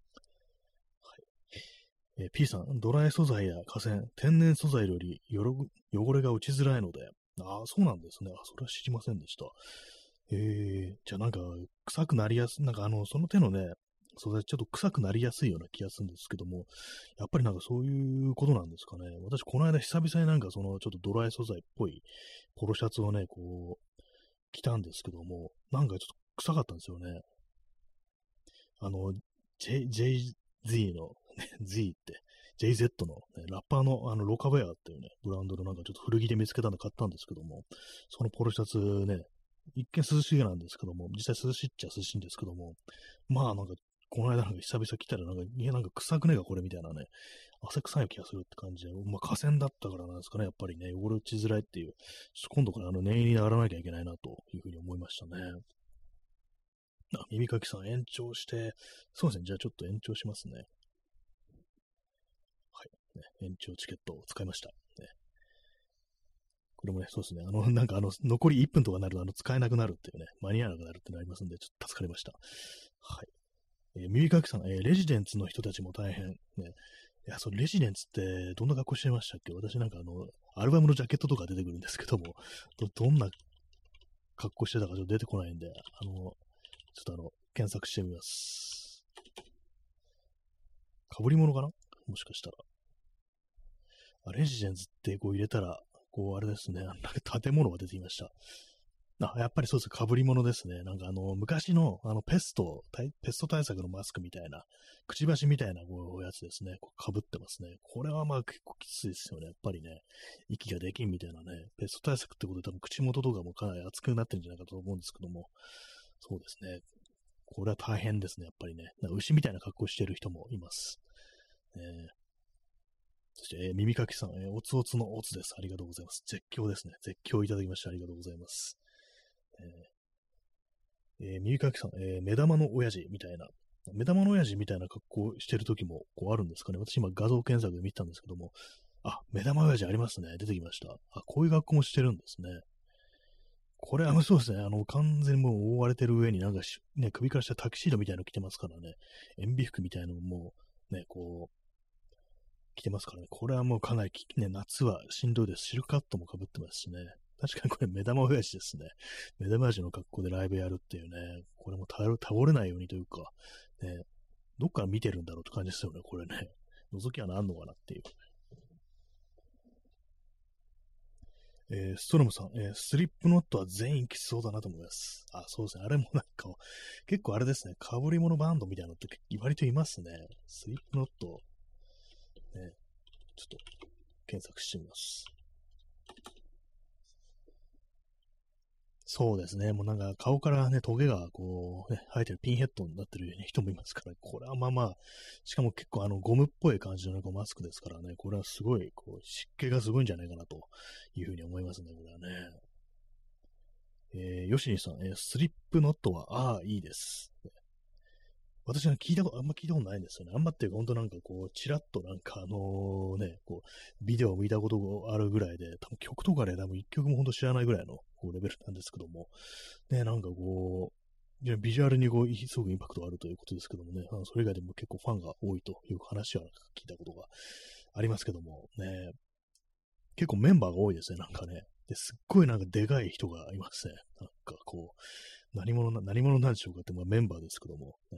えー P さん、ドライ素材や河川、天然素材よりよろ汚れが落ちづらいので、ああ、そうなんですね。あ、それは知りませんでした。えー、じゃあなんか、臭くなりやすい、なんかあの、その手のね、素材ちょっと臭くなりやすいような気がするんですけども、やっぱりなんかそういうことなんですかね。私、この間久々になんかそのちょっとドライ素材っぽいポロシャツをね、こう、着たんですけども、なんかちょっと臭かったんですよね。あの、J、ジェイゼット の、ね、Z って、ジェイゼット の、ね、ラッパーのあのロカウェアっていうね、ブランドのなんかちょっと古着で見つけたんで買ったんですけども、そのポロシャツね、一見涼しげなんですけども、実際涼しいっちゃ涼しいんですけども、まあなんか、この間なんか久々来たらなんか、いやなんか臭くねえかこれみたいなね、汗臭い気がするって感じで、まあ河川だったからなんですかね、やっぱりね、汚れ落ちづらいっていう、今度からあの念入りに洗わなきゃいけないなというふうに思いましたね。あ、耳かきさん延長して、そうですね。じゃあちょっと延長しますね。はい。ね、延長チケットを使いました。ね、これもね、そうですね。あの、なんかあの、残りいっぷんとかになると、あの、使えなくなるっていうね、間に合わなくなるってなりますんで、ちょっと助かりました。はい。えー、耳かきさん、えーレジデンツの人たちも大変。ね、いや、それレジデンツってどんな格好してましたっけ？私なんかあの、アルバムのジャケットとか出てくるんですけども、ど、どんな格好してたかちょっと出てこないんで、あの、ちょっとあの、検索してみます。被り物かなもしかしたら。あレジデンスってこう入れたら、こうあれですね、なんか建物が出てきました。あ、やっぱりそうです。被り物ですね。なんかあの、昔のあのペスト、ペスト対策のマスクみたいな、くちばしみたいなこうやつですね。こう被ってますね。これはまあ結構きついですよね。やっぱりね、息ができんみたいなね、ペスト対策ってことで多分口元とかもかなり熱くなってるんじゃないかと思うんですけども、そうですね。これは大変ですね。やっぱりね。なんか牛みたいな格好してる人もいます。えーそして、えー耳かきさん、えーおつおつのおつです。ありがとうございます。絶叫ですね。絶叫いただきましてありがとうございます。えーえー耳かきさん、えー目玉の親父みたいな、目玉の親父みたいな格好してる時もこうあるんですかね。私今画像検索で見たんですけども、あ、目玉親父ありますね。出てきました。あ、こういう格好もしてるんですね。これはそうですね。あの、完全にもう覆われてる上になんかし、ね、首から下タキシードみたいなの着てますからね。塩ビ服みたいなのも、ね、こう、着てますからね。これはもうかなりき、ね、夏はしんどいです。シルクカットも被ってますしね。確かにこれ目玉親父ですね。目玉親父の格好でライブやるっていうね。これも倒れ倒れないようにというか、ね、どっから見てるんだろうって感じですよね。これね。覗き穴あんのかなっていう。えーストロムさん、えースリップノットは全員きそうだなと思います。あ、そうですね。あれもなんか、結構あれですね。被り物バンドみたいなのって割といますね。スリップノット、ね、ちょっと検索してみます。 そうですね。もうなんか顔からね、トゲがこう、ね、生えてるピンヘッドになってる人もいますから、これはまあまあ、しかも結構あのゴムっぽい感じの、ね、こうマスクですからね、これはすごい、こう湿気がすごいんじゃないかなというふうに思いますね、これはね。えー、ヨシニさん、えースリップノットは、ああ、いいです。私は聞いたこと、あんま聞いたことないんですよね。あんまっていうか、ほんとなんかこう、ちらっとなんかあのね、こう、ビデオを見たことがあるぐらいで、多分曲とかで多分一曲もほんと知らないぐらいのこうレベルなんですけども、ね、なんかこう、いやビジュアルにこう、すごくインパクトがあるということですけどもね、あのそれ以外でも結構ファンが多いという話は聞いたことがありますけども、ね、結構メンバーが多いですね、なんかね。で、すっごいなんかでかい人がいますね。なんかこう、何者な、何者なんでしょうかって、まあメンバーですけども、ね、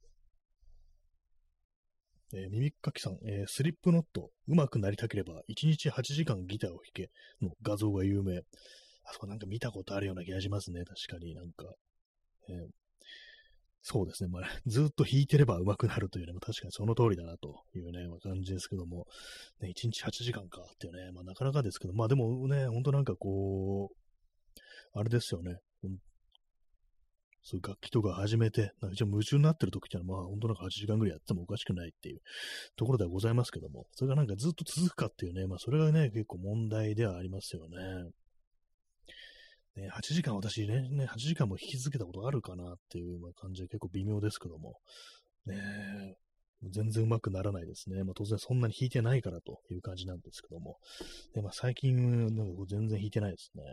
えー、耳かきさん、えースリップノット、上手くなりたければ、いちにちはちじかんギターを弾けの画像が有名。あそこなんか見たことあるような気がしますね。確かになんか。えーそうですね。まあ、ずっと弾いてれば上手くなるというね、まあ、確かにその通りだなというね、まあ、感じですけども、ね、いちにちはちじかんかんかっていうね、まあ、なかなかですけど、まあでもね、ほんとなんかこう、あれですよね。そういう楽器とか始めて、なんか一応夢中になってる時ってのは、まあ本当なんかはちじかんぐらいやってもおかしくないっていうところではございますけども、それがなんかずっと続くかっていうね、まあそれがね、結構問題ではありますよね。ね、はちじかん私ね、ね、はちじかんも弾き続けたことあるかなっていうまあ感じで結構微妙ですけども、ね、全然上手くならないですね。まあ当然そんなに弾いてないからという感じなんですけども、でまあ最近、なんかこう全然弾いてないですね。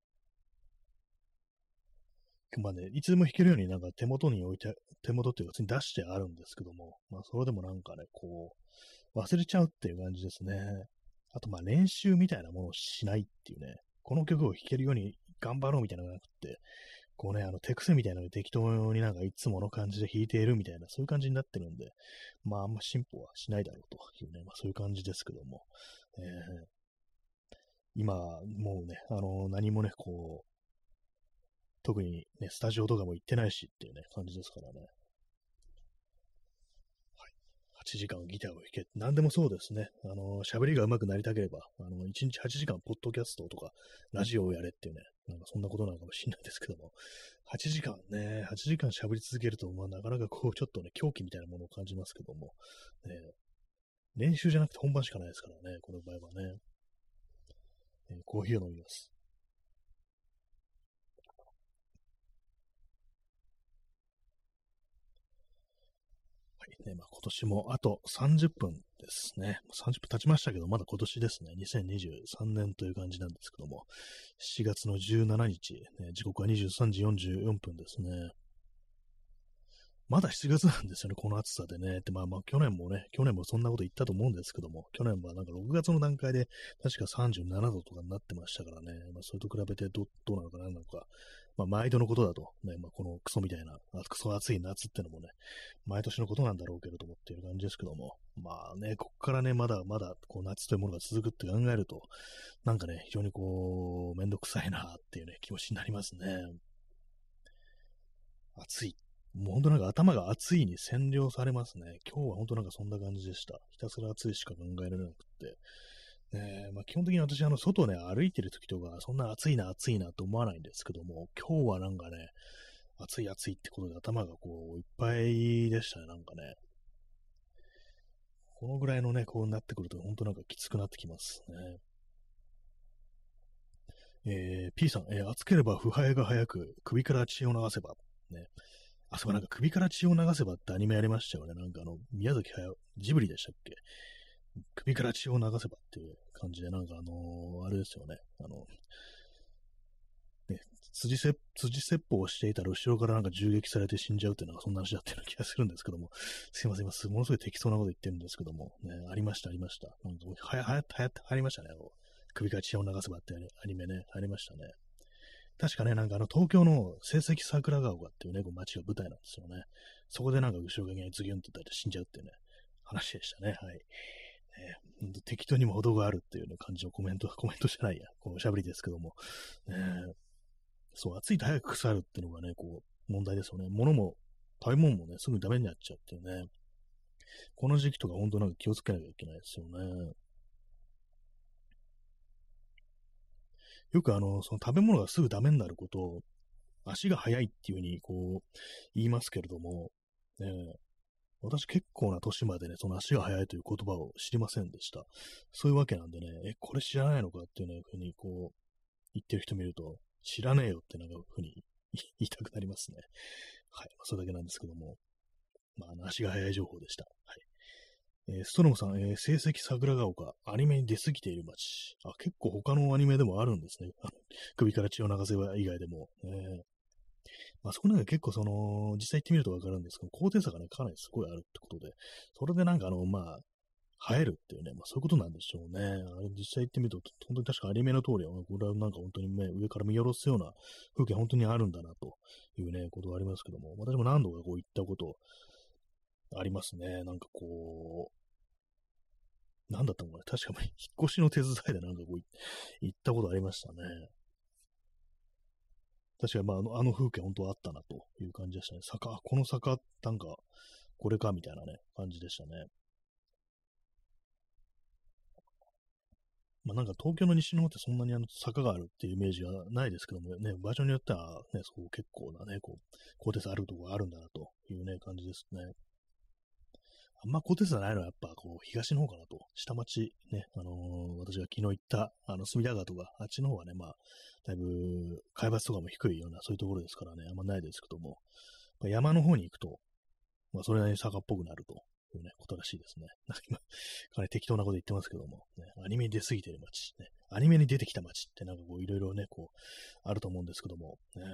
まあね、いつでも弾けるようになんか手元に置いて、手元っていうか、普通に出してあるんですけども、まあそれでもなんかね、こう、忘れちゃうっていう感じですね。あとまあ練習みたいなものをしないっていうね、この曲を弾けるように頑張ろうみたいなのがなくって、こうね、あの手癖みたいなので適当になんかいつもの感じで弾いているみたいな、そういう感じになってるんで、まああんま進歩はしないだろうというね、まあそういう感じですけども、えー、今、もうね、あの、何もね、こう、特にね、スタジオとかも行ってないしっていうね、感じですからね。はい。はちじかんギターを弾け。何でもそうですね。あの、喋りが上手くなりたければ、あの、いちにちはちじかんポッドキャストとか、ラジオをやれっていうね、なんかそんなことなのかもしれないですけども、はちじかんね、はちじかん喋り続けると、まあ、なかなかこう、ちょっとね、狂気みたいなものを感じますけども、ね、練習じゃなくて本番しかないですからね、この場合はね。えーコーヒーを飲みます。ね、まあ、今年もあとさんじゅっぷんですね。さんじゅっぷん経ちましたけど、まだ今年ですね。にせんにじゅうさんねんという感じなんですけども、しがつのじゅうしちにち、ね、時刻はにじゅうさんじよんじゅうよんぷんですね。まだしちがつなんですよね、この暑さでね。で、まあまあ、去年もね、去年もそんなこと言ったと思うんですけども、去年はなんかろくがつの段階で、確かさんじゅうななどとかになってましたからね、まあ、それと比べてどどうなのかなんなのか、まあ、毎度のことだと、ね、まあ、このクソみたいな、あクソ暑い夏ってのもね、毎年のことなんだろうけれどもっていう感じですけども、まあね、こっからね、まだまだこう夏というものが続くって考えると、なんかね、非常にこう、めんどくさいなっていうね、気持ちになりますね。暑い。もう本当なんか頭が暑いに占領されますね。今日は本当なんかそんな感じでした。ひたすら暑いしか考えられなくって。ねえ、まあ、基本的に私、あの、外ね、歩いてる時とか、そんな暑いな、暑いなと思わないんですけども、今日はなんかね、暑い暑いってことで頭がこう、いっぱいでしたね、なんかね。このぐらいのね、こうなってくると、本当なんかきつくなってきますね。えー、P さん、えー暑ければ腐敗が早く、首から血を流せば、ね。あ、そう、なんか首から血を流せばってアニメやりましたよね。なんかあの、宮崎駿、ジブリでしたっけ？首から血を流せばっていう感じで、なんかあのーあれですよね。あの、ね、辻せ辻説法をしていたら後ろからなんか銃撃されて死んじゃうっていうのがそんな話だったような気がするんですけども、すいません、今すものすごい適当なこと言ってるんですけども、ね、ありました、ありました。なんかはや、はや、はや、はやりましたね。あの首から血を流せばってアニメね、ありましたね。確かね、なんかあの東京の成績桜ヶ丘っていうね、こう街が舞台なんですよね。そこでなんか後ろがズギュンって言ったら死んじゃうっていうね、話でしたね。はい。えー、適当にも程があるっていうね、感じのコメント、コメントじゃないや、この喋りですけども、ね、そう、暑いと早く腐るっていうのがね、こう、問題ですよね。物も、食べ物もね、すぐダメになっちゃうっていうね。この時期とか本当なんか気をつけなきゃいけないですよね。 よくあの、その食べ物がすぐダメになることを、足が速いっていうふうにこう、言いますけれども、ね、私結構な年までね、その足が速いという言葉を知りませんでした。そういうわけなんでね、え、これ知らないのかっていうね、ふうにこう、言ってる人見ると、知らねえよってなんかふうに言いたくなりますね。はい。まあ、それだけなんですけども。まあ、あの足が速い情報でした。はい。えーストロムさん、えー成績桜ヶ丘、アニメに出過ぎている街。あ、結構他のアニメでもあるんですね。あの首から血を流せば以外でも。えーまあ、そこなんか結構その、実際行ってみるとわかるんですけど、高低差がね、かなりすごいあるってことで、それでなんかあの、まあ、映えるっていうね、まあそういうことなんでしょうね。あれ実際行ってみると、本当に確かアニメの通りは、これはなんか本当にね、上から見下ろすような風景本当にあるんだなというね、ことがありますけども、私も何度かこう行ったことありますね。なんかこう、なんだったのかな、確か引っ越しの手伝いでなんかこう行ったことありましたね。確かにまああのあの風景本当はあったなという感じでしたね。坂、この坂なんかこれかみたいなね、感じでしたね。まあなんか東京の西の方ってそんなにあの坂があるっていうイメージがないですけどもね、場所によってはね、そう結構なね、こう、高低差あるところがあるんだなというね、感じですね。あんま高低差ないのはやっぱこう東の方かなと。下町ね、あのー私が昨日行ったあの隅田川とか、あっちの方はね、まあ、だいぶ海抜とかも低いようなそういうところですからね、あんまないですけども、まあ、山の方に行くと、まあそれなりに坂っぽくなるというね、ことらしいですね。なんか今、かなり適当なこと言ってますけども、ね、アニメに出過ぎてる街、ね、アニメに出てきた街ってなんかこういろいろね、こう、あると思うんですけども、ね、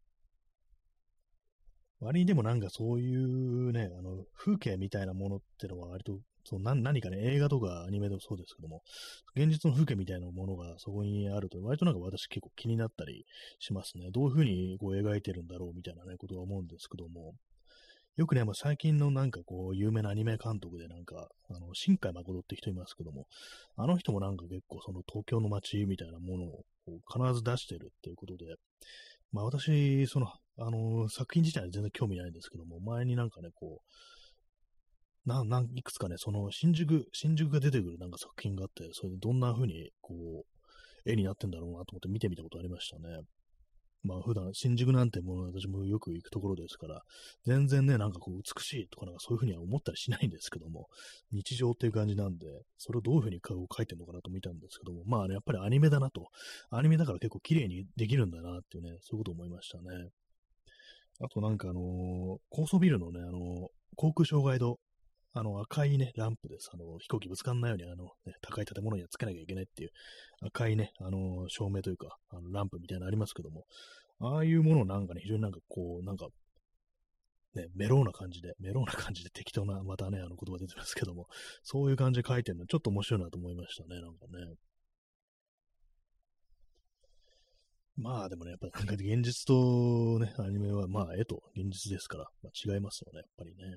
割にでもなんかそういうね、あの、風景みたいなものってのは割と、そう何何かね、映画とかアニメでもそうですけども、現実の風景みたいなものがそこにあると、割となんか私結構気になったりしますね。どういう風にこう描いてるんだろうみたいなね、ことは思うんですけども、よくね、まあ、最近のなんかこう、有名なアニメ監督でなんか、あの、新海誠って人いますけども、あの人もなんか結構その東京の街みたいなものをこう必ず出してるっていうことで、まあ私、その、あの、作品自体は全然興味ないんですけども、前になんかね、こう、な、なん、いくつかね、その、新宿、新宿が出てくるなんか作品があって、それでどんな風に、こう、絵になってんだろうなと思って見てみたことありましたね。まあ普段、新宿なんてもの私もよく行くところですから、全然ね、なんかこう、美しいとかなんかそういう風には思ったりしないんですけども、日常っていう感じなんで、それをどういう風に顔を描いてるのかなと見たんですけども、まあね、やっぱりアニメだなと、アニメだから結構綺麗にできるんだなっていうね、そういうことを思いましたね。あとなんかあのー高層ビルのね、あのー航空障害度、あの赤いね、ランプです。あの、飛行機ぶつかんないように、あの、ね、高い建物にはつけなきゃいけないっていう赤いね、あのー照明というか、あのランプみたいなのありますけども、ああいうものをなんかね、非常になんかこう、なんか、ね、メローな感じで、メローな感じで適当な、またね、あの言葉出てますけども、そういう感じで書いてるの、ちょっと面白いなと思いましたね、なんかね。まあでもね、やっぱなんか現実とね、アニメはまあ絵と現実ですから、まあ、違いますよね、やっぱりね。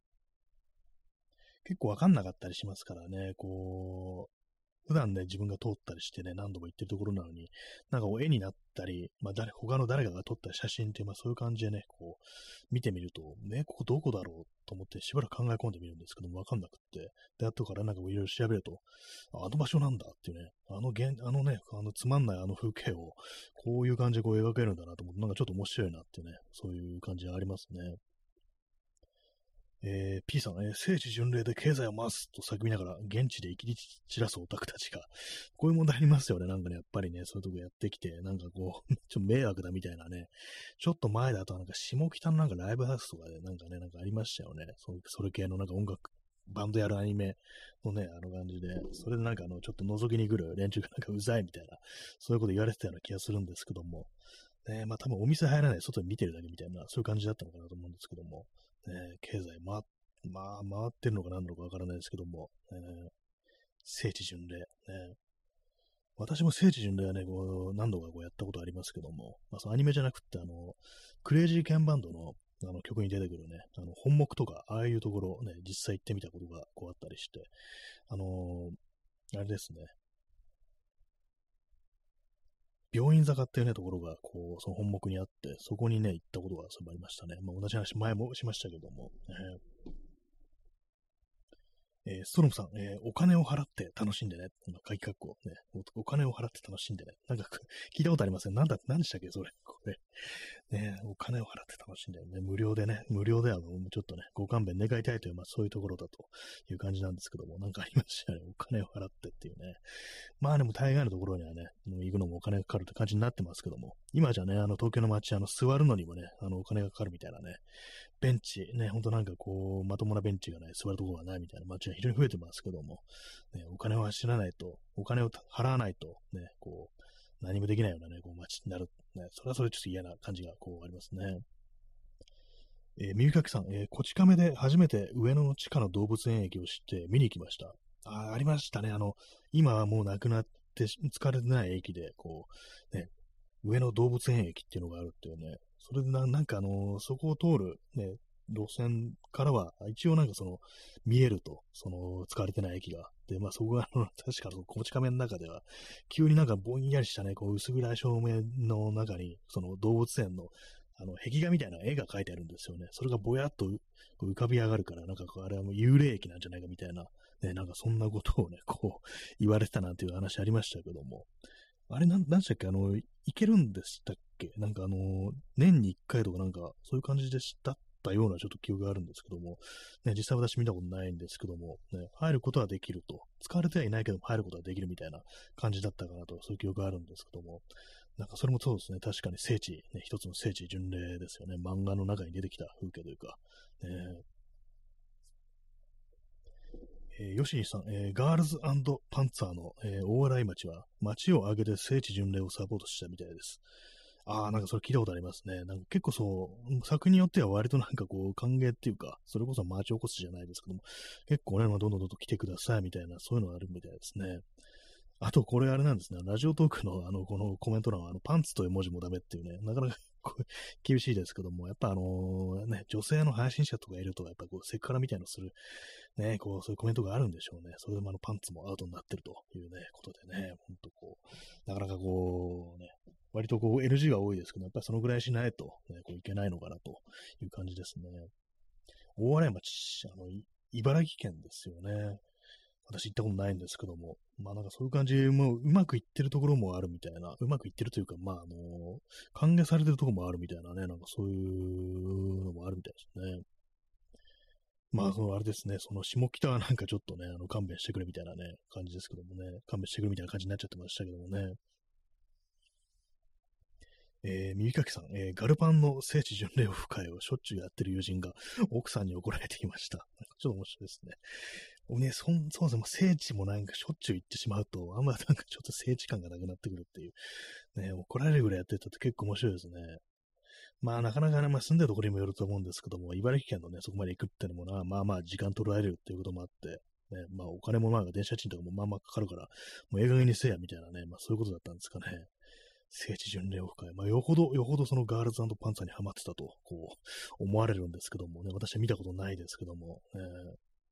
結構わかんなかったりしますからね、こう、普段ね、自分が通ったりしてね、何度も行ってるところなのに、なんかこう絵になったり、まあ誰、他の誰かが撮った写真っていう、まあそういう感じでね、こう、見てみると、ね、ここどこだろうと思ってしばらく考え込んでみるんですけども、わかんなくって、で、後からなんかいろいろ調べると、ああの場所なんだっていうね、あの現、あのね、あのつまんないあの風景を、こういう感じでこう描けるんだなと思って、なんかちょっと面白いなっていうね、そういう感じがありますね。えー、P さん、えー聖地巡礼で経済を回すと叫びながら、現地で生き散らすオタクたちが、こういう問題ありますよね。なんかね、やっぱりね、そういうとこやってきて、なんかこう、ちょっと迷惑だみたいなね、ちょっと前だとなんか下北のなんかライブハウスとかでなんかね、なんかありましたよね。そそれ系のなんか音楽、バンドやるアニメのね、あの感じで、それでなんかあの、ちょっと覗きに来る連中がなんかうざいみたいな、そういうこと言われてたような気がするんですけども、ね、まあ多分お店入らない、外で見てるだけみたいな、そういう感じだったのかなと思うんですけども、ね、経済回っまあ、回ってるのか何なのかわからないですけども、えー聖地巡礼、ね。私も聖地巡礼はね、こう何度かこうやったことありますけども、まあ、そのアニメじゃなくて、あの、クレイジーケンバンドのあの曲に出てくるね、あの本目とか、ああいうところね、実際行ってみたことがこうあったりして、あのーあれですね、病院坂っていうね、ところが、こう、その本目にあって、そこにね、行ったことがそういえばありましたね。まあ、同じ話前もしましたけども、えーえーストロムさん、えーお金を払って楽しんでね。今、鍵括弧、ねお。お金を払って楽しんでね。なんか、聞いたことありません。なんだ、何でしたっけ、それ。これ。ね、お金を払って楽しんでるね。無料でね、無料ではもうちょっとね、ご勘弁願いたいという、まあそういうところだという感じなんですけども、なんかありましたよね。お金を払ってっていうね。まあでも大概のところにはね、もう行くのもお金がかかるって感じになってますけども、今じゃね、あの東京の街、あの座るのにもね、あのお金がかかるみたいなね、ベンチ、ね、ほんとなんかこう、まともなベンチがない、座るところがないみたいな街が非常に増えてますけども、ね、お金を走らないと、お金を払わないと、ね、こう、何もできないようなね、こう街になる。ね、それはそれちょっと嫌な感じがこうありますね。えー、みゆかきさん、えー、こち亀で初めて上野の地下の動物園駅を知って見に行きました。あ、ありましたね。あの、今はもうなくなって使われてない駅で、こう、ね、上野動物園駅っていうのがあるっていうね、それでな、なんかあのーそこを通る、ね、路線からは、一応なんかその、見えると、その、使われてない駅が。で、まあそこが、あの、確かその、こち亀の中では、急になんかぼんやりしたね、こう、薄暗い照明の中に、その動物園の、あの、壁画みたいな絵が描いてあるんですよね。それがぼやっと浮かび上がるから、なんかこう、あれはもう幽霊駅なんじゃないかみたいな、ね、なんかそんなことをね、こう、言われてたなんていう話ありましたけども、あれなん、なんでしたっけあの、いけるんでしたっけなんかあの、年にいっかいとかなんか、そういう感じでしたったようなちょっと記憶があるんですけども、ね、実際私見たことないんですけども、ね、入ることはできると。使われてはいないけども入ることはできるみたいな感じだったかなと、そういう記憶があるんですけども、なんかそれもそうですね、確かに聖地、ね、一つの聖地巡礼ですよね。漫画の中に出てきた風景というか、ね、えー、ヨシニさん、えーガールズパンツァーの、えー大洗町は町を挙げて聖地巡礼をサポートしたみたいです。ああ、なんかそれ聞いたことありますね。なんか結構そう、作によっては割となんかこう歓迎っていうか、それこそ町おこしじゃないですけども、結構ね、まあ、どんどんどんどん来てくださいみたいな、そういうのがあるみたいですね。あと、これあれなんですね。ラジオトークのあの、このコメント欄は、あの、パンツという文字もダメっていうね、なかなかこう厳しいですけども、やっぱあのね、女性の配信者とかいると、やっぱこう、セクハラみたいなのする、ね、こう、そういうコメントがあるんでしょうね。それでもあの、パンツもアウトになってるというね、ことでね、ほんとこう、なかなかこう、ね、割とこう、エヌジー が多いですけど、やっぱりそのぐらいしないと、ね、こういけないのかなという感じですね。大洗町、あの、い茨城県ですよね。私行ったことないんですけども、まあなんかそういう感じ、もううまくいってるところもあるみたいな、うまくいってるというか、まああの、歓迎されてるところもあるみたいなね、なんかそういうのもあるみたいですね。まあ、そのあれですね、その下北はなんかちょっとね、あの勘弁してくれみたいなね、感じですけどもね、勘弁してくれみたいな感じになっちゃってましたけどもね。えー、耳かきさん、えーガルパンの聖地巡礼オフ会をしょっちゅうやってる友人が奥さんに怒られていました。なんかちょっと面白いですね。ね、そん、そうですね、聖地もなんかしょっちゅう行ってしまうと、あんまなんかちょっと聖地感がなくなってくるっていう。ね、怒られるぐらいやってたって結構面白いですね。まあ、なかなかね、まあ、住んでるところにもよると思うんですけども、茨城県のね、そこまで行くってのもな、まあまあ時間取られるっていうこともあって、ね、まあお金もまあ電車賃とかもまあまあかかるから、もう映画にせやみたいなね、まあそういうことだったんですかね。聖地巡礼オフ会。まあよほど、よほどそのガールズパンツァーにハマってたと、こう、思われるんですけどもね、私は見たことないですけども、えー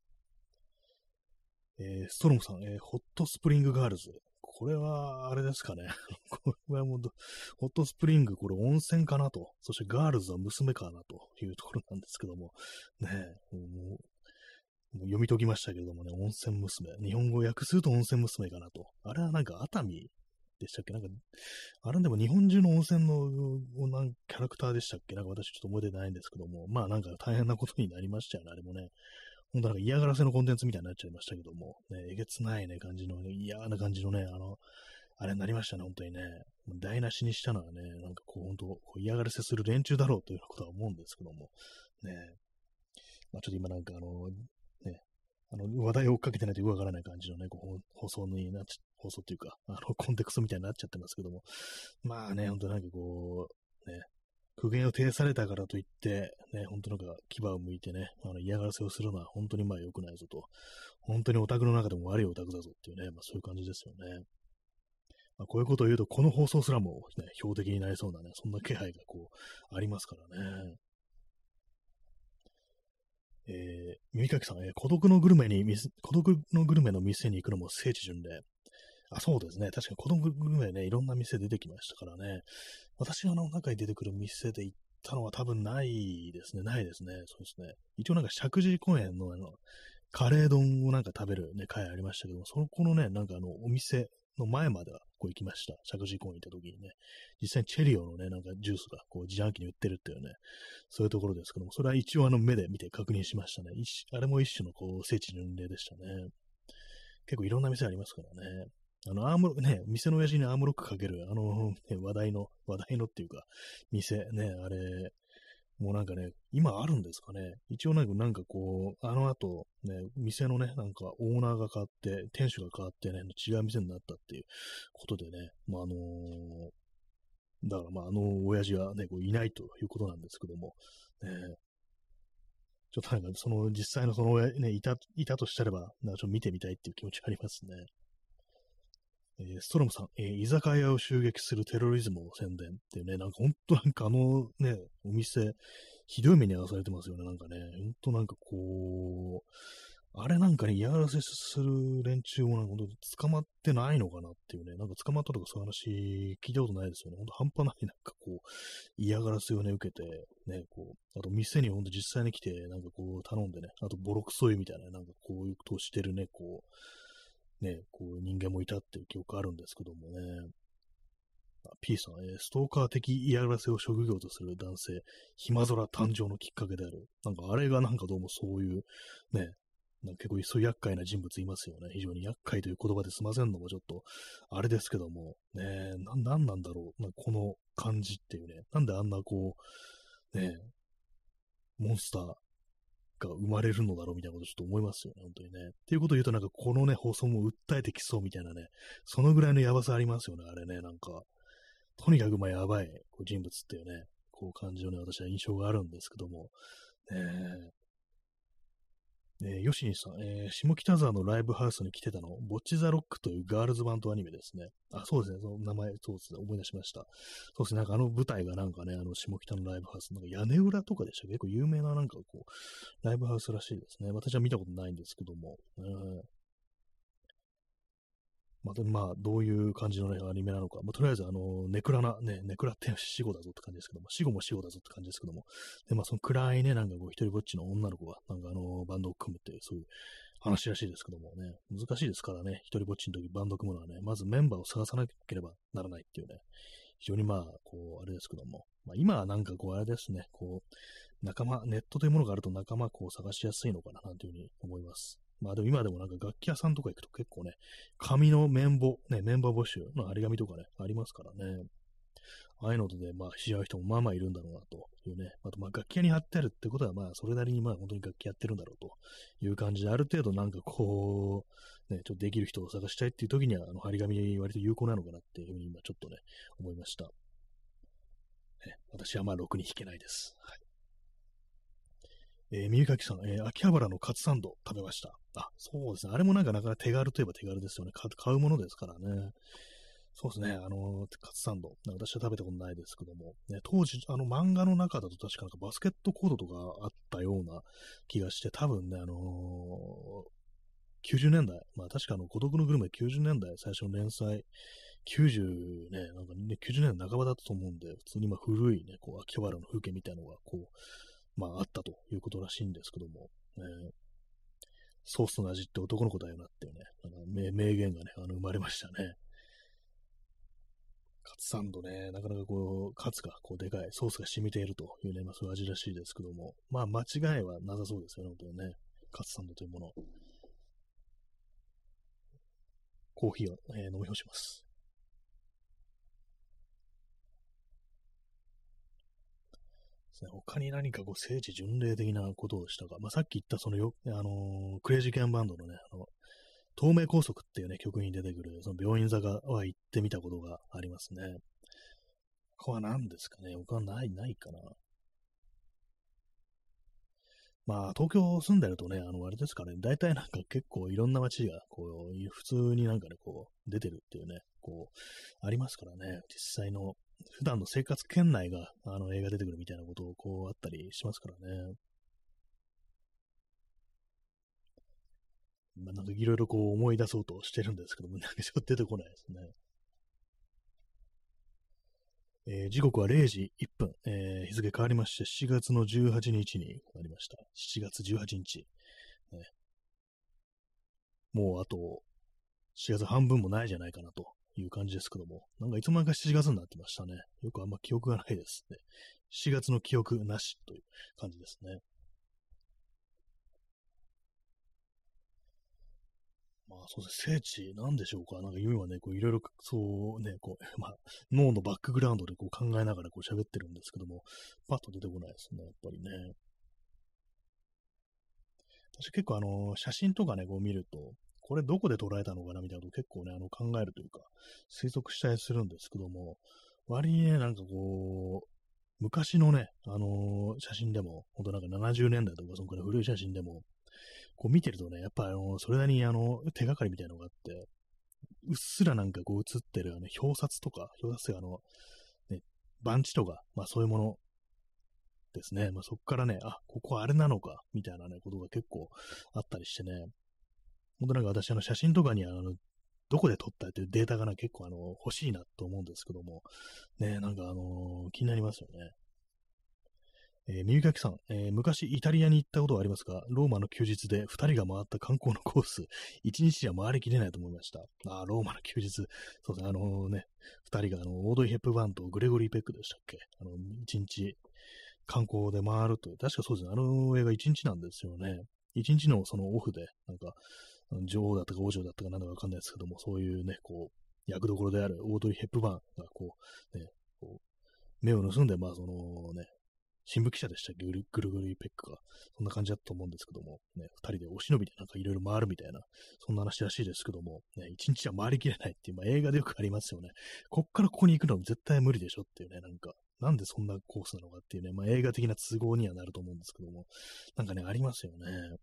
えーストロムさん、えーホットスプリングガールズ。これは、あれですかね。これはもうど、ホットスプリング、これ温泉かなと。そしてガールズは娘かなというところなんですけども。ねえ、もうもう読み解きましたけれどもね、温泉娘。日本語を訳すると温泉娘かなと。あれはなんか熱海でしたっけなんか、あれでも日本中の温泉のなんキャラクターでしたっけなんか私ちょっと覚えてないんですけども。まあなんか大変なことになりましたよね、あれもね。ほんとなんか嫌がらせのコンテンツみたいになっちゃいましたけども、ね、えげつないね、感じの、ね、嫌な感じのね、あの、あれになりましたね、本当にね。台無しにしたのはね、なんかこう、本当こう嫌がらせする連中だろうということは思うんですけども、ね。まあちょっと今なんかあの、ね、あの、話題を追っかけてないとよくわからない感じのね、こう放送になっちゃ、放送っていうか、あの、コンテクストみたいになっちゃってますけども、まあね、ほんとなんかこう、ね、苦言を呈されたからといって、ね、本当なんか牙を向いてね、あの嫌がらせをするのは本当にまあ良くないぞと。本当にオタクの中でも悪いオタクだぞっていうね、まあそういう感じですよね。まあ、こういうことを言うと、この放送すらも、ね、標的になりそうなね、そんな気配がこう、ありますからね。えー、耳かきさん、えー孤独のグルメに、孤独のグルメの店に行くのも聖地巡礼。あ、そうですね。確かに孤独グルメね、いろんな店出てきましたからね。私があの中に出てくる店で行ったのは多分ないですね。ないですね。そうですね。一応なんか石神井公園のあの、 カレー丼をなんか食べるね、会ありましたけども、そこのね、なんかあの、お店の前まではこう行きました。石神井公園に行った時にね、実際にチェリオのね、なんかジュースがこう自販機に売ってるっていうね、そういうところですけども、それは一応あの目で見て確認しましたね。一あれも一種のこう聖地巡礼でしたね。結構いろんな店ありますからね。あの、アームロック、ね、店の親父にアームロックかける、あの、ね、話題の、話題のっていうか、店、ね、あれ、もうなんかね、今あるんですかね。一応なんか、なんかこう、あの後、ね、店のね、なんかオーナーが変わって、店主が変わってね、違う店になったっていうことでね、まあ、あのーだからまあ、あの親父はね、こういないということなんですけども、ね、ちょっとなんか、その、実際のその親、ね、いた、いたとしたらば、なんかちょっと見てみたいっていう気持ちがありますね。えーストロムさん、えー居酒屋を襲撃するテロリズムを宣伝っていうね、なんか本当なんかあのね、お店、ひどい目に遭わされてますよね、なんかね、本当なんかこう、あれなんかね、嫌がらせする連中もなんか本当捕まってないのかなっていうね、なんか捕まったとかそういう話聞いたことないですよね。本当半端ないなんかこう、嫌がらせをね、受けて、ね、こう、あと店に本当実際に来て、なんかこう頼んでね、あとボロクソいみたいな、なんかこういうことをしてるね、こう、ね、こう人間もいたっていう記憶あるんですけどもね。P さん、えーストーカー的嫌がらせを職業とする男性、暇空誕生のきっかけである。なんかあれがなんかどうもそういう、ね、なんか結構そういう厄介な人物いますよね。非常に厄介という言葉で済ませんのもちょっと、あれですけども、ね、な、なんなんだろう。なんかこの感じっていうね。なんであんなこう、ね、モンスターが生まれるのだろうみたいなことちょっと思いますよね、本当にね。っていうことを言うとなんかこのね、放送も訴えてきそうみたいなね、そのぐらいのやばさありますよね、あれね、なんか。とにかくまあやばいこう人物っていうね、こう感じのね、私は印象があるんですけども、ねえー、ヨシニさん、えー、下北沢のライブハウスに来てたの、ボッチザロックというガールズバンドアニメですね。あ、そうですね、その名前、そうですね、思い出しました。そうですね、なんかあの舞台がなんかね、あの下北のライブハウス、なんか屋根裏とかでした結構有名ななんかこう、ライブハウスらしいですね。私は見たことないんですけども、えーまあ、まあ、どういう感じのね、アニメなのか。まあ、とりあえず、あの、ネクラな、ね、ネクラって死後だぞって感じですけども、死後も死後だぞって感じですけども、で、まあ、その暗いね、なんかこう、一人ぼっちの女の子が、なんかあの、バンドを組むっていう、そういう話らしいですけどもね、難しいですからね、一人ぼっちの時バンド組むのはね、まずメンバーを探さなければならないっていうね、非常にまあ、こう、あれですけども、まあ、今はなんかこう、あれですね、こう、仲間、ネットというものがあると仲間こう探しやすいのかな、なんていうふうに思います。まあでも今でもなんか楽器屋さんとか行くと結構ね、紙の綿棒、ね、メンバー募集の張り紙とかね、ありますからね。ああいうので、ね、まあ、知り合う人もまあまあいるんだろうなというね。あと、まあ、楽器屋に貼ってあるってことは、まあ、それなりにまあ、本当に楽器やってるんだろうという感じで、ある程度なんかこう、ね、ちょっとできる人を探したいっていう時には、あの、張り紙割と有効なのかなっていうふうに今ちょっとね、思いました。ね、私はまあ、ろくに弾けないです。はい。えー、耳かきさん、えー秋葉原のカツサンド食べました。あ、そうですね。あれもなんかなかなか手軽といえば手軽ですよね。か買うものですからね。そうですね。あの、カツサンド。私は食べたことないですけども。ね、当時、あの漫画の中だと確かなんかバスケットコートとかあったような気がして、多分ね、あのーきゅうじゅうねんだい。まあ確かあの、孤独のグルメきゅうじゅうねんだい最初の連載、きゅうじゅうね、なんかね、きゅうじゅうねんだい半ばだったと思うんで、普通にまあ古いね、こう、秋葉原の風景みたいなのが、こう、まああったということらしいんですけども、ね、ソースの味って男の子だよなっていうね、なんか名名言がね、あの、生まれましたね。カツサンドね、なかなかこう、カツがこうでかい、ソースが染みているというね、まあそういう味らしいですけども、まあ間違いはなさそうですよね、本当にね。カツサンドというもの。コーヒーを、えー飲み干します。ですね、他に何かこう聖地巡礼的なことをしたか。まあさっき言ったそのよ、あのークレイジーケンバンドのね、あの、東名高速っていうね、曲に出てくる、その病院坂は行ってみたことがありますね。他は何ですかね。他はない、ないかな。まあ、東京住んでるとね、あの、あれですかね、大体なんか結構いろんな街が、こう、普通になんかね、こう、出てるっていうね、こう、ありますからね、実際の、普段の生活圏内が、あの、映画出てくるみたいなことを、こう、あったりしますからね。まあ、なんかいろいろこう思い出そうとしてるんですけども、なんかちょっと出てこないですね。えー時刻はれいじいっぷん、えー日付変わりまして、しちがつのじゅうはちにちにちになりました。しちがつじゅうはちにち。ねもうあとしがつ半分もないじゃないかなという感じですけども、なんかいつの間にかしちがつになってましたね。よくあんま記憶がないですね。しがつの記憶なしという感じですね。まあそうですね、聖地なんでしょうか。なんか夢はね、こういろいろそうね、こう、まあ脳のバックグラウンドでこう考えながらこう喋ってるんですけども、パッと出てこないですね、やっぱりね。私結構あの、写真とかね、こう見ると、これどこで捉えたのかなみたいなことを結構ね、あの考えるというか、推測したりするんですけども、割にね、なんかこう、昔のね、あのー写真でも、ほんとなんかななじゅうねんだいとか、そのくらい古い写真でも、こう見てるとね、やっぱあの、それなりにあの、手がかりみたいなのがあって、うっすらなんかこう映ってるあの表札とか、表札というかあの、ね、番地とか、まあそういうものですね。まあそこからね、あ、ここあれなのか、みたいなね、ことが結構あったりしてね、ほんとなんか私あの写真とかにあの、どこで撮ったっていうデータがね、結構あの、欲しいなと思うんですけども、ね、なんかあのー気になりますよね。えー、耳かきさん、えー昔イタリアに行ったことはありますが、ローマの休日でふたりが回った観光のコース、いちにちじゃ回りきれないと思いました。あー、ローマの休日。そうですね、あのね、ふたりがあの、オードリー・ヘップバーンとグレゴリー・ペックでしたっけ、あの、いちにち観光で回るという、確かそうですね、あの映画いちにちなんですよね。いちにちのそのオフで、なんか、女王だったか王女だったかなんだかわかんないですけども、そういうね、こう、役どころであるオードリー・ヘップバーンが、こう、ね、こう目を盗んで、まあ、そのね、新聞記者でしたっけ、グルグルグリーペックが。そんな感じだと思うんですけども、ね、二人でお忍びでなんかいろいろ回るみたいな、そんな話らしいですけども、ね、一日は回りきれないっていう、まあ、映画でよくありますよね。こっからここに行くの絶対無理でしょっていうね、なんか、なんでそんなコースなのかっていうね、まあ、映画的な都合にはなると思うんですけども、なんかね、ありますよね。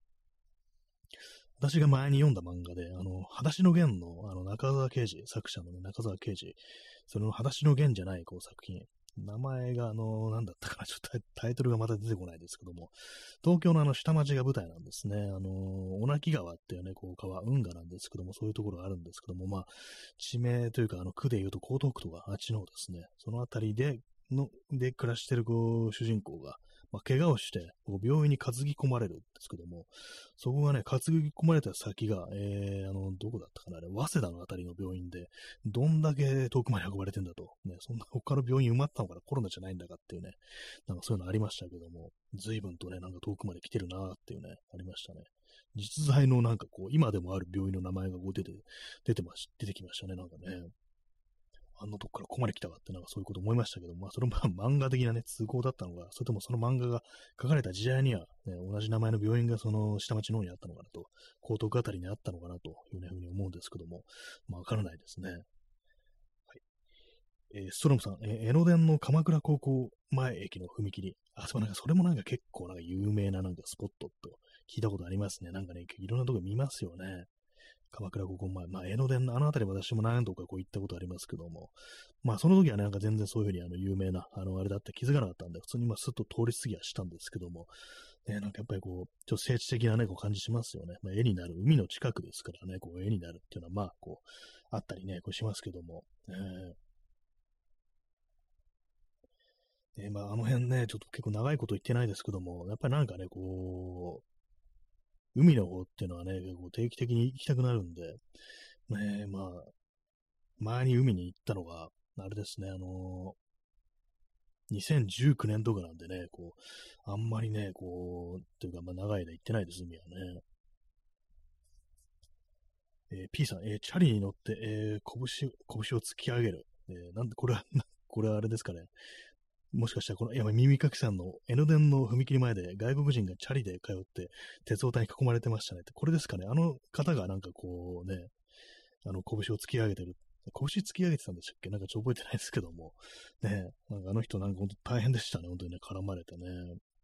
私が前に読んだ漫画で、あの、裸足の弦の、あの、中沢啓治、作者のね、中沢啓治、その裸足の弦じゃない、こう、作品。名前が、あの、なんだったかな、ちょっとタイタイトルがまた出てこないですけども、東京のあの、下町が舞台なんですね。あの、小名木川っていうね、こう、川、運河なんですけども、そういうところがあるんですけども、まあ、地名というか、あの、区で言うと江東区とか、あっちの方ですね、そのあたりで、の、で暮らしてる、こう、主人公が、まあ、怪我をして、こう病院に担ぎ込まれるんですけども、そこがね、担ぎ込まれた先が、えー、あの、どこだったかな、あれ、早稲田のあたりの病院で、どんだけ遠くまで運ばれてんだと、ね、そんな他の病院埋まったのかな、コロナじゃないんだかっていうね、なんかそういうのありましたけども、随分とね、なんか遠くまで来てるなーっていうね、ありましたね。実在のなんかこう、今でもある病院の名前がこう出て、出てまし、出てきましたね、なんかね。あんなとこからここまで来たかってなんかそういうこと思いましたけど、まあそれも漫画的なね、都合だったのか、それともその漫画が書かれた時代には、ね、同じ名前の病院がその下町の方にあったのかなと、江東区あたりにあったのかなというふうに思うんですけども、まあわからないですね。はい。えーストロムさん、えー江ノ電の鎌倉高校前駅の踏切。あ、そう、なんかそれもなんか結構なんか有名ななんかスポットと聞いたことありますね。なんかね、いろんなとこ見ますよね。鎌倉高校前、まあ、江ノ電のあの辺り私も何度かこう行ったことありますけども、まあ、その時はね、なんか全然そういうふうにあの有名な、あの、あれだって気づかなかったんで、普通にまあ、すっと通り過ぎはしたんですけども、ね、なんかやっぱりこう、ちょっと聖地的なね、こう感じしますよね。まあ、絵になる、海の近くですからね、こう、絵になるっていうのは、まあ、こう、あったりね、こうしますけども、えーね、まあ、あの辺ね、ちょっと結構長いこと言ってないですけども、やっぱりなんかね、こう、海の方っていうのはね、こう定期的に行きたくなるんで、ね、まあ、前に海に行ったのが、あれですね、あのー、にせんじゅうきゅうねんとかなんでね、こう、あんまりね、こう、というか、まあ、長い間行ってないです、海はね。えー P さん、えーチャリに乗って、えー拳、拳を突き上げる。えーなんで、これは、これはあれですかね。もしかしたら、この、いや、耳かきさんの江ノ電の踏切前で外国人がチャリで通って、鉄オタに囲まれてましたねって。これですかね。あの方がなんかこうね、あの、拳を突き上げてる。拳突き上げてたんでしたっけ、なんかちょっと覚えてないですけども。ね、なんかあの人なんか本当大変でしたね。本当にね、絡まれてね。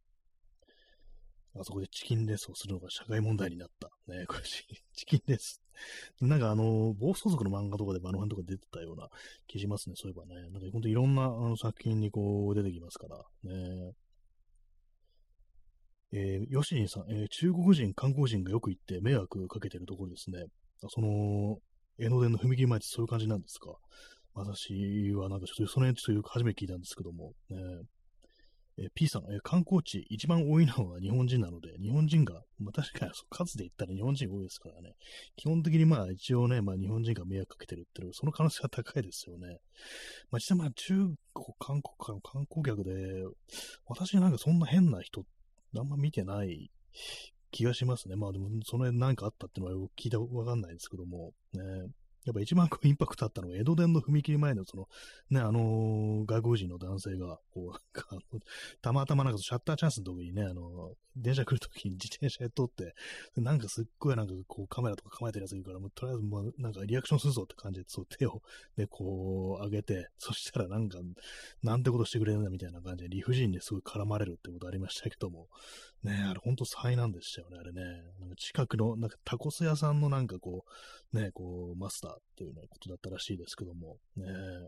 あそこでチキンレースをするのが社会問題になった。ね、これチキンレース。なんかあの、暴走族の漫画とかでもあの辺とか出てたような気しますね。そういえばね。なんか本当いろんなあの作品にこう出てきますから。ね。えー、ヨシンさん、えー中国人、韓国人がよく行って迷惑かけてるところですね。その、江ノ電の踏切前ってそういう感じなんですか？私はなんかちょっとその辺ちょっと初めて聞いたんですけども、ね、 えー P さん、えー観光地一番多いのは日本人なので、日本人が、まあ確かにそう数で言ったら日本人多いですからね。基本的にまあ一応ね、まあ日本人が迷惑かけてるっていう、その可能性は高いですよね。まあ実際まあ中国、韓国からの観光客で、私なんかそんな変な人、あんま見てない気がしますね。まあでも、その辺何かあったっていうのは聞いたわかんないですけども、ね。やっぱ一番こうインパクトあったのが、江戸伝の踏切前のその、ね、あのー外国人の男性が、こう、なんかあのたまたまなんかシャッターチャンスの時にね、あのー電車来る時に自転車で通って、なんかすっごいなんかこうカメラとか構えてるやついるから、もうとりあえずもうなんかリアクションするぞって感じで、そう手をね、こう上げて、そしたらなんか、なんてことしてくれるんだみたいな感じで理不尽にすごい絡まれるってことありましたけども、ねえ、あれほんと災難でしたよね、あれね。なんか近くの、なんかタコス屋さんのなんかこう、ね、こう、マスターっていうね、ことだったらしいですけども、ねえ、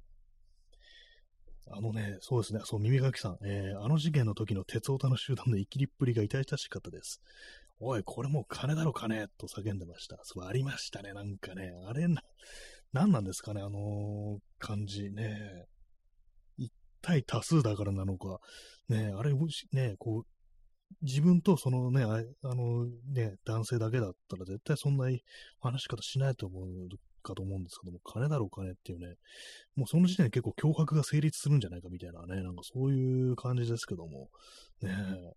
あのね、そうですね、そう、耳かきさん、えー、あの事件の時の鉄オタの集団の生きりっぷりが痛々しかったです。おい、これもう金だろ金と叫んでました。そう、ありましたね、なんかね。あれな、なんなんですかね、あのー感じね。一対多数だからなのか、ね、あれ、もしね、こう、自分とそのね、ああのね、男性だけだったら絶対そんな話し方しないと思うかと思うんですけども、金だろう金っていうね、もうその時点で結構脅迫が成立するんじゃないかみたいなね、なんかそういう感じですけども、ねえ、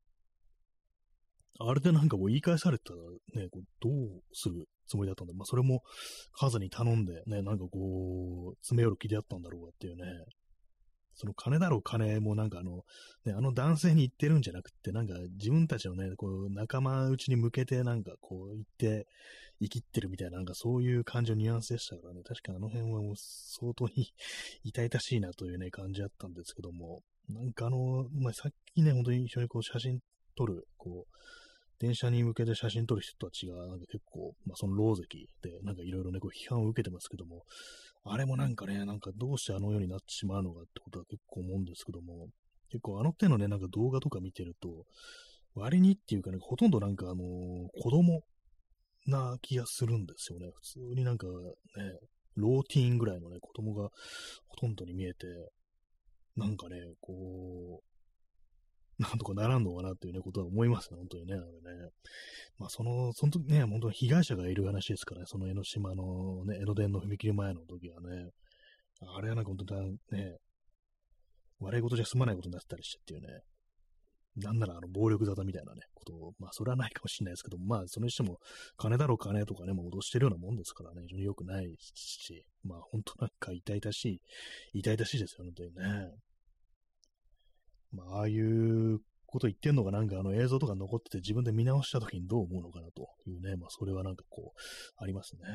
あれでなんかこう言い返されたらね、こうどうするつもりだったんだ。まあそれも数に頼んでね、なんかこう、詰め寄る気であったんだろうかっていうね、その金だろう金もなんかあの、ね、あの男性に言ってるんじゃなくって、なんか自分たちのね、こう仲間内に向けてなんかこう言って生きってるみたいな、なんかそういう感情ニュアンスでしたからね、確かあの辺はもう相当に痛々しいなというね、感じだったんですけども、なんかあの、まあ、さっきね、本当に一緒にこう写真撮る、こう、電車に向けて写真撮る人たちが、なんか結構、まあ、その狼藉で、なんかいろいろね、こう批判を受けてますけども、あれもなんかね、なんかどうしてあのようになってしまうのかってことは結構思うんですけども、結構あの手のね、なんか動画とか見てると、割にっていうかね、ほとんどなんかあのー子供な気がするんですよね。普通になんかね、ローティーンぐらいのね、子供がほとんどに見えて、なんかね、こう、なんとかならんのかなっていうね、ことは思いますね、本当にね、あれね。まあ、その、その時ね、本当に被害者がいる話ですからね、その江ノ島のね、江ノ電の踏切前の時はね、あれはなんか本当にね、笑い事じゃ済まないことになってたりしてっていうね、なんならあの暴力沙汰みたいなね、ことを、まあそれはないかもしれないですけど、まあそれにしても金だろう金とかね、もう脅してるようなもんですからね、非常に良くないし、まあ本当なんか痛々しい、痛々しいですよ、本当にね。まあああいうこと言ってんのがなんかあの映像とか残ってて自分で見直した時にどう思うのかなというね、まあそれはなんかこう、ありますね。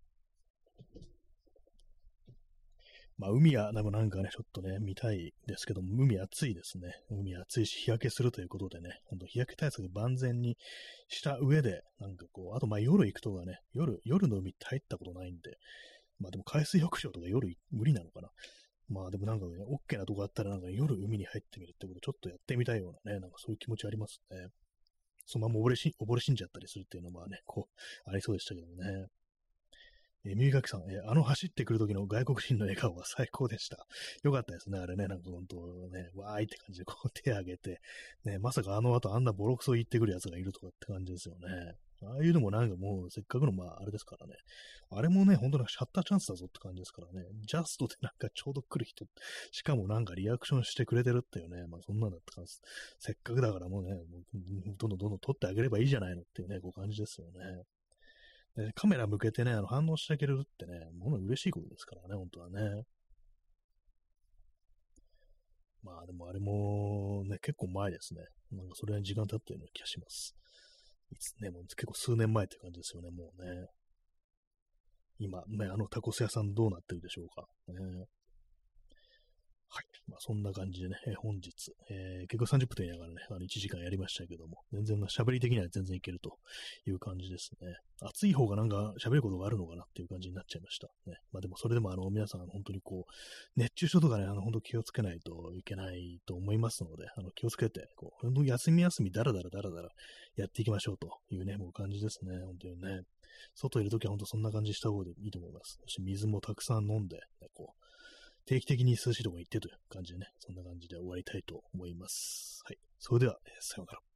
まあ、海は、でもなんかね、ちょっとね、見たいですけども、海暑いですね。海暑いし、日焼けするということでね、ほんと日焼け対策万全にした上で、なんかこう、あとまあ夜行くとかね、夜、夜の海って入ったことないんで、まあでも海水浴場とか夜無理なのかな。まあでもなんかね、OK なとこあったらなんか夜海に入ってみるってことちょっとやってみたいようなね、なんかそういう気持ちありますね。そのまま溺れし、溺れ死んじゃったりするっていうのはまあね、こう、ありそうでしたけどもね。えー、耳かきさん、えーあの走ってくる時の外国人の笑顔は最高でした。よかったですね、あれね、なんか本当ね、わーいって感じでこう手挙げて、ね、まさかあの後あんなボロクソ言ってくる奴がいるとかって感じですよね。ああいうのもなんかもうせっかくのまああれですからね。あれもね、本当にシャッターチャンスだぞって感じですからね。ジャストでなんかちょうど来る人、しかもなんかリアクションしてくれてるっていうね、まあそんなんだったから、せっかくだからもうね、もうどんどんどんどん撮ってあげればいいじゃないのっていうね、こう感じですよね。でカメラ向けてね、あの反応してあげるってね、もの嬉しいことですからね、本当はね。まあでもあれもね、結構前ですね。なんかそれに時間経ったような気がします。いつね、もう結構数年前って感じですよね、もうね。今、ね、あのタコス屋さんどうなってるでしょうか。ね、はい。まあ、そんな感じでね、えー本日、えー結構さんじゅっぷんやからね、あのいちじかんやりましたけども、全然、喋り的には全然いけるという感じですね。暑い方がなんか喋ることがあるのかなっていう感じになっちゃいました。ね。まあでもそれでもあの皆さん本当にこう、熱中症とかね、あの本当気をつけないといけないと思いますので、あの気をつけて、こう、本当に休み休みだらだらだらだらやっていきましょうというね、もう感じですね、本当にね。外いるときは本当そんな感じした方がいいと思います。そして水もたくさん飲んで、ね、こう、 定期的に涼しいところに行ってという感じでね、そんな感じで終わりたいと思います。はい。それでは、えーさようなら。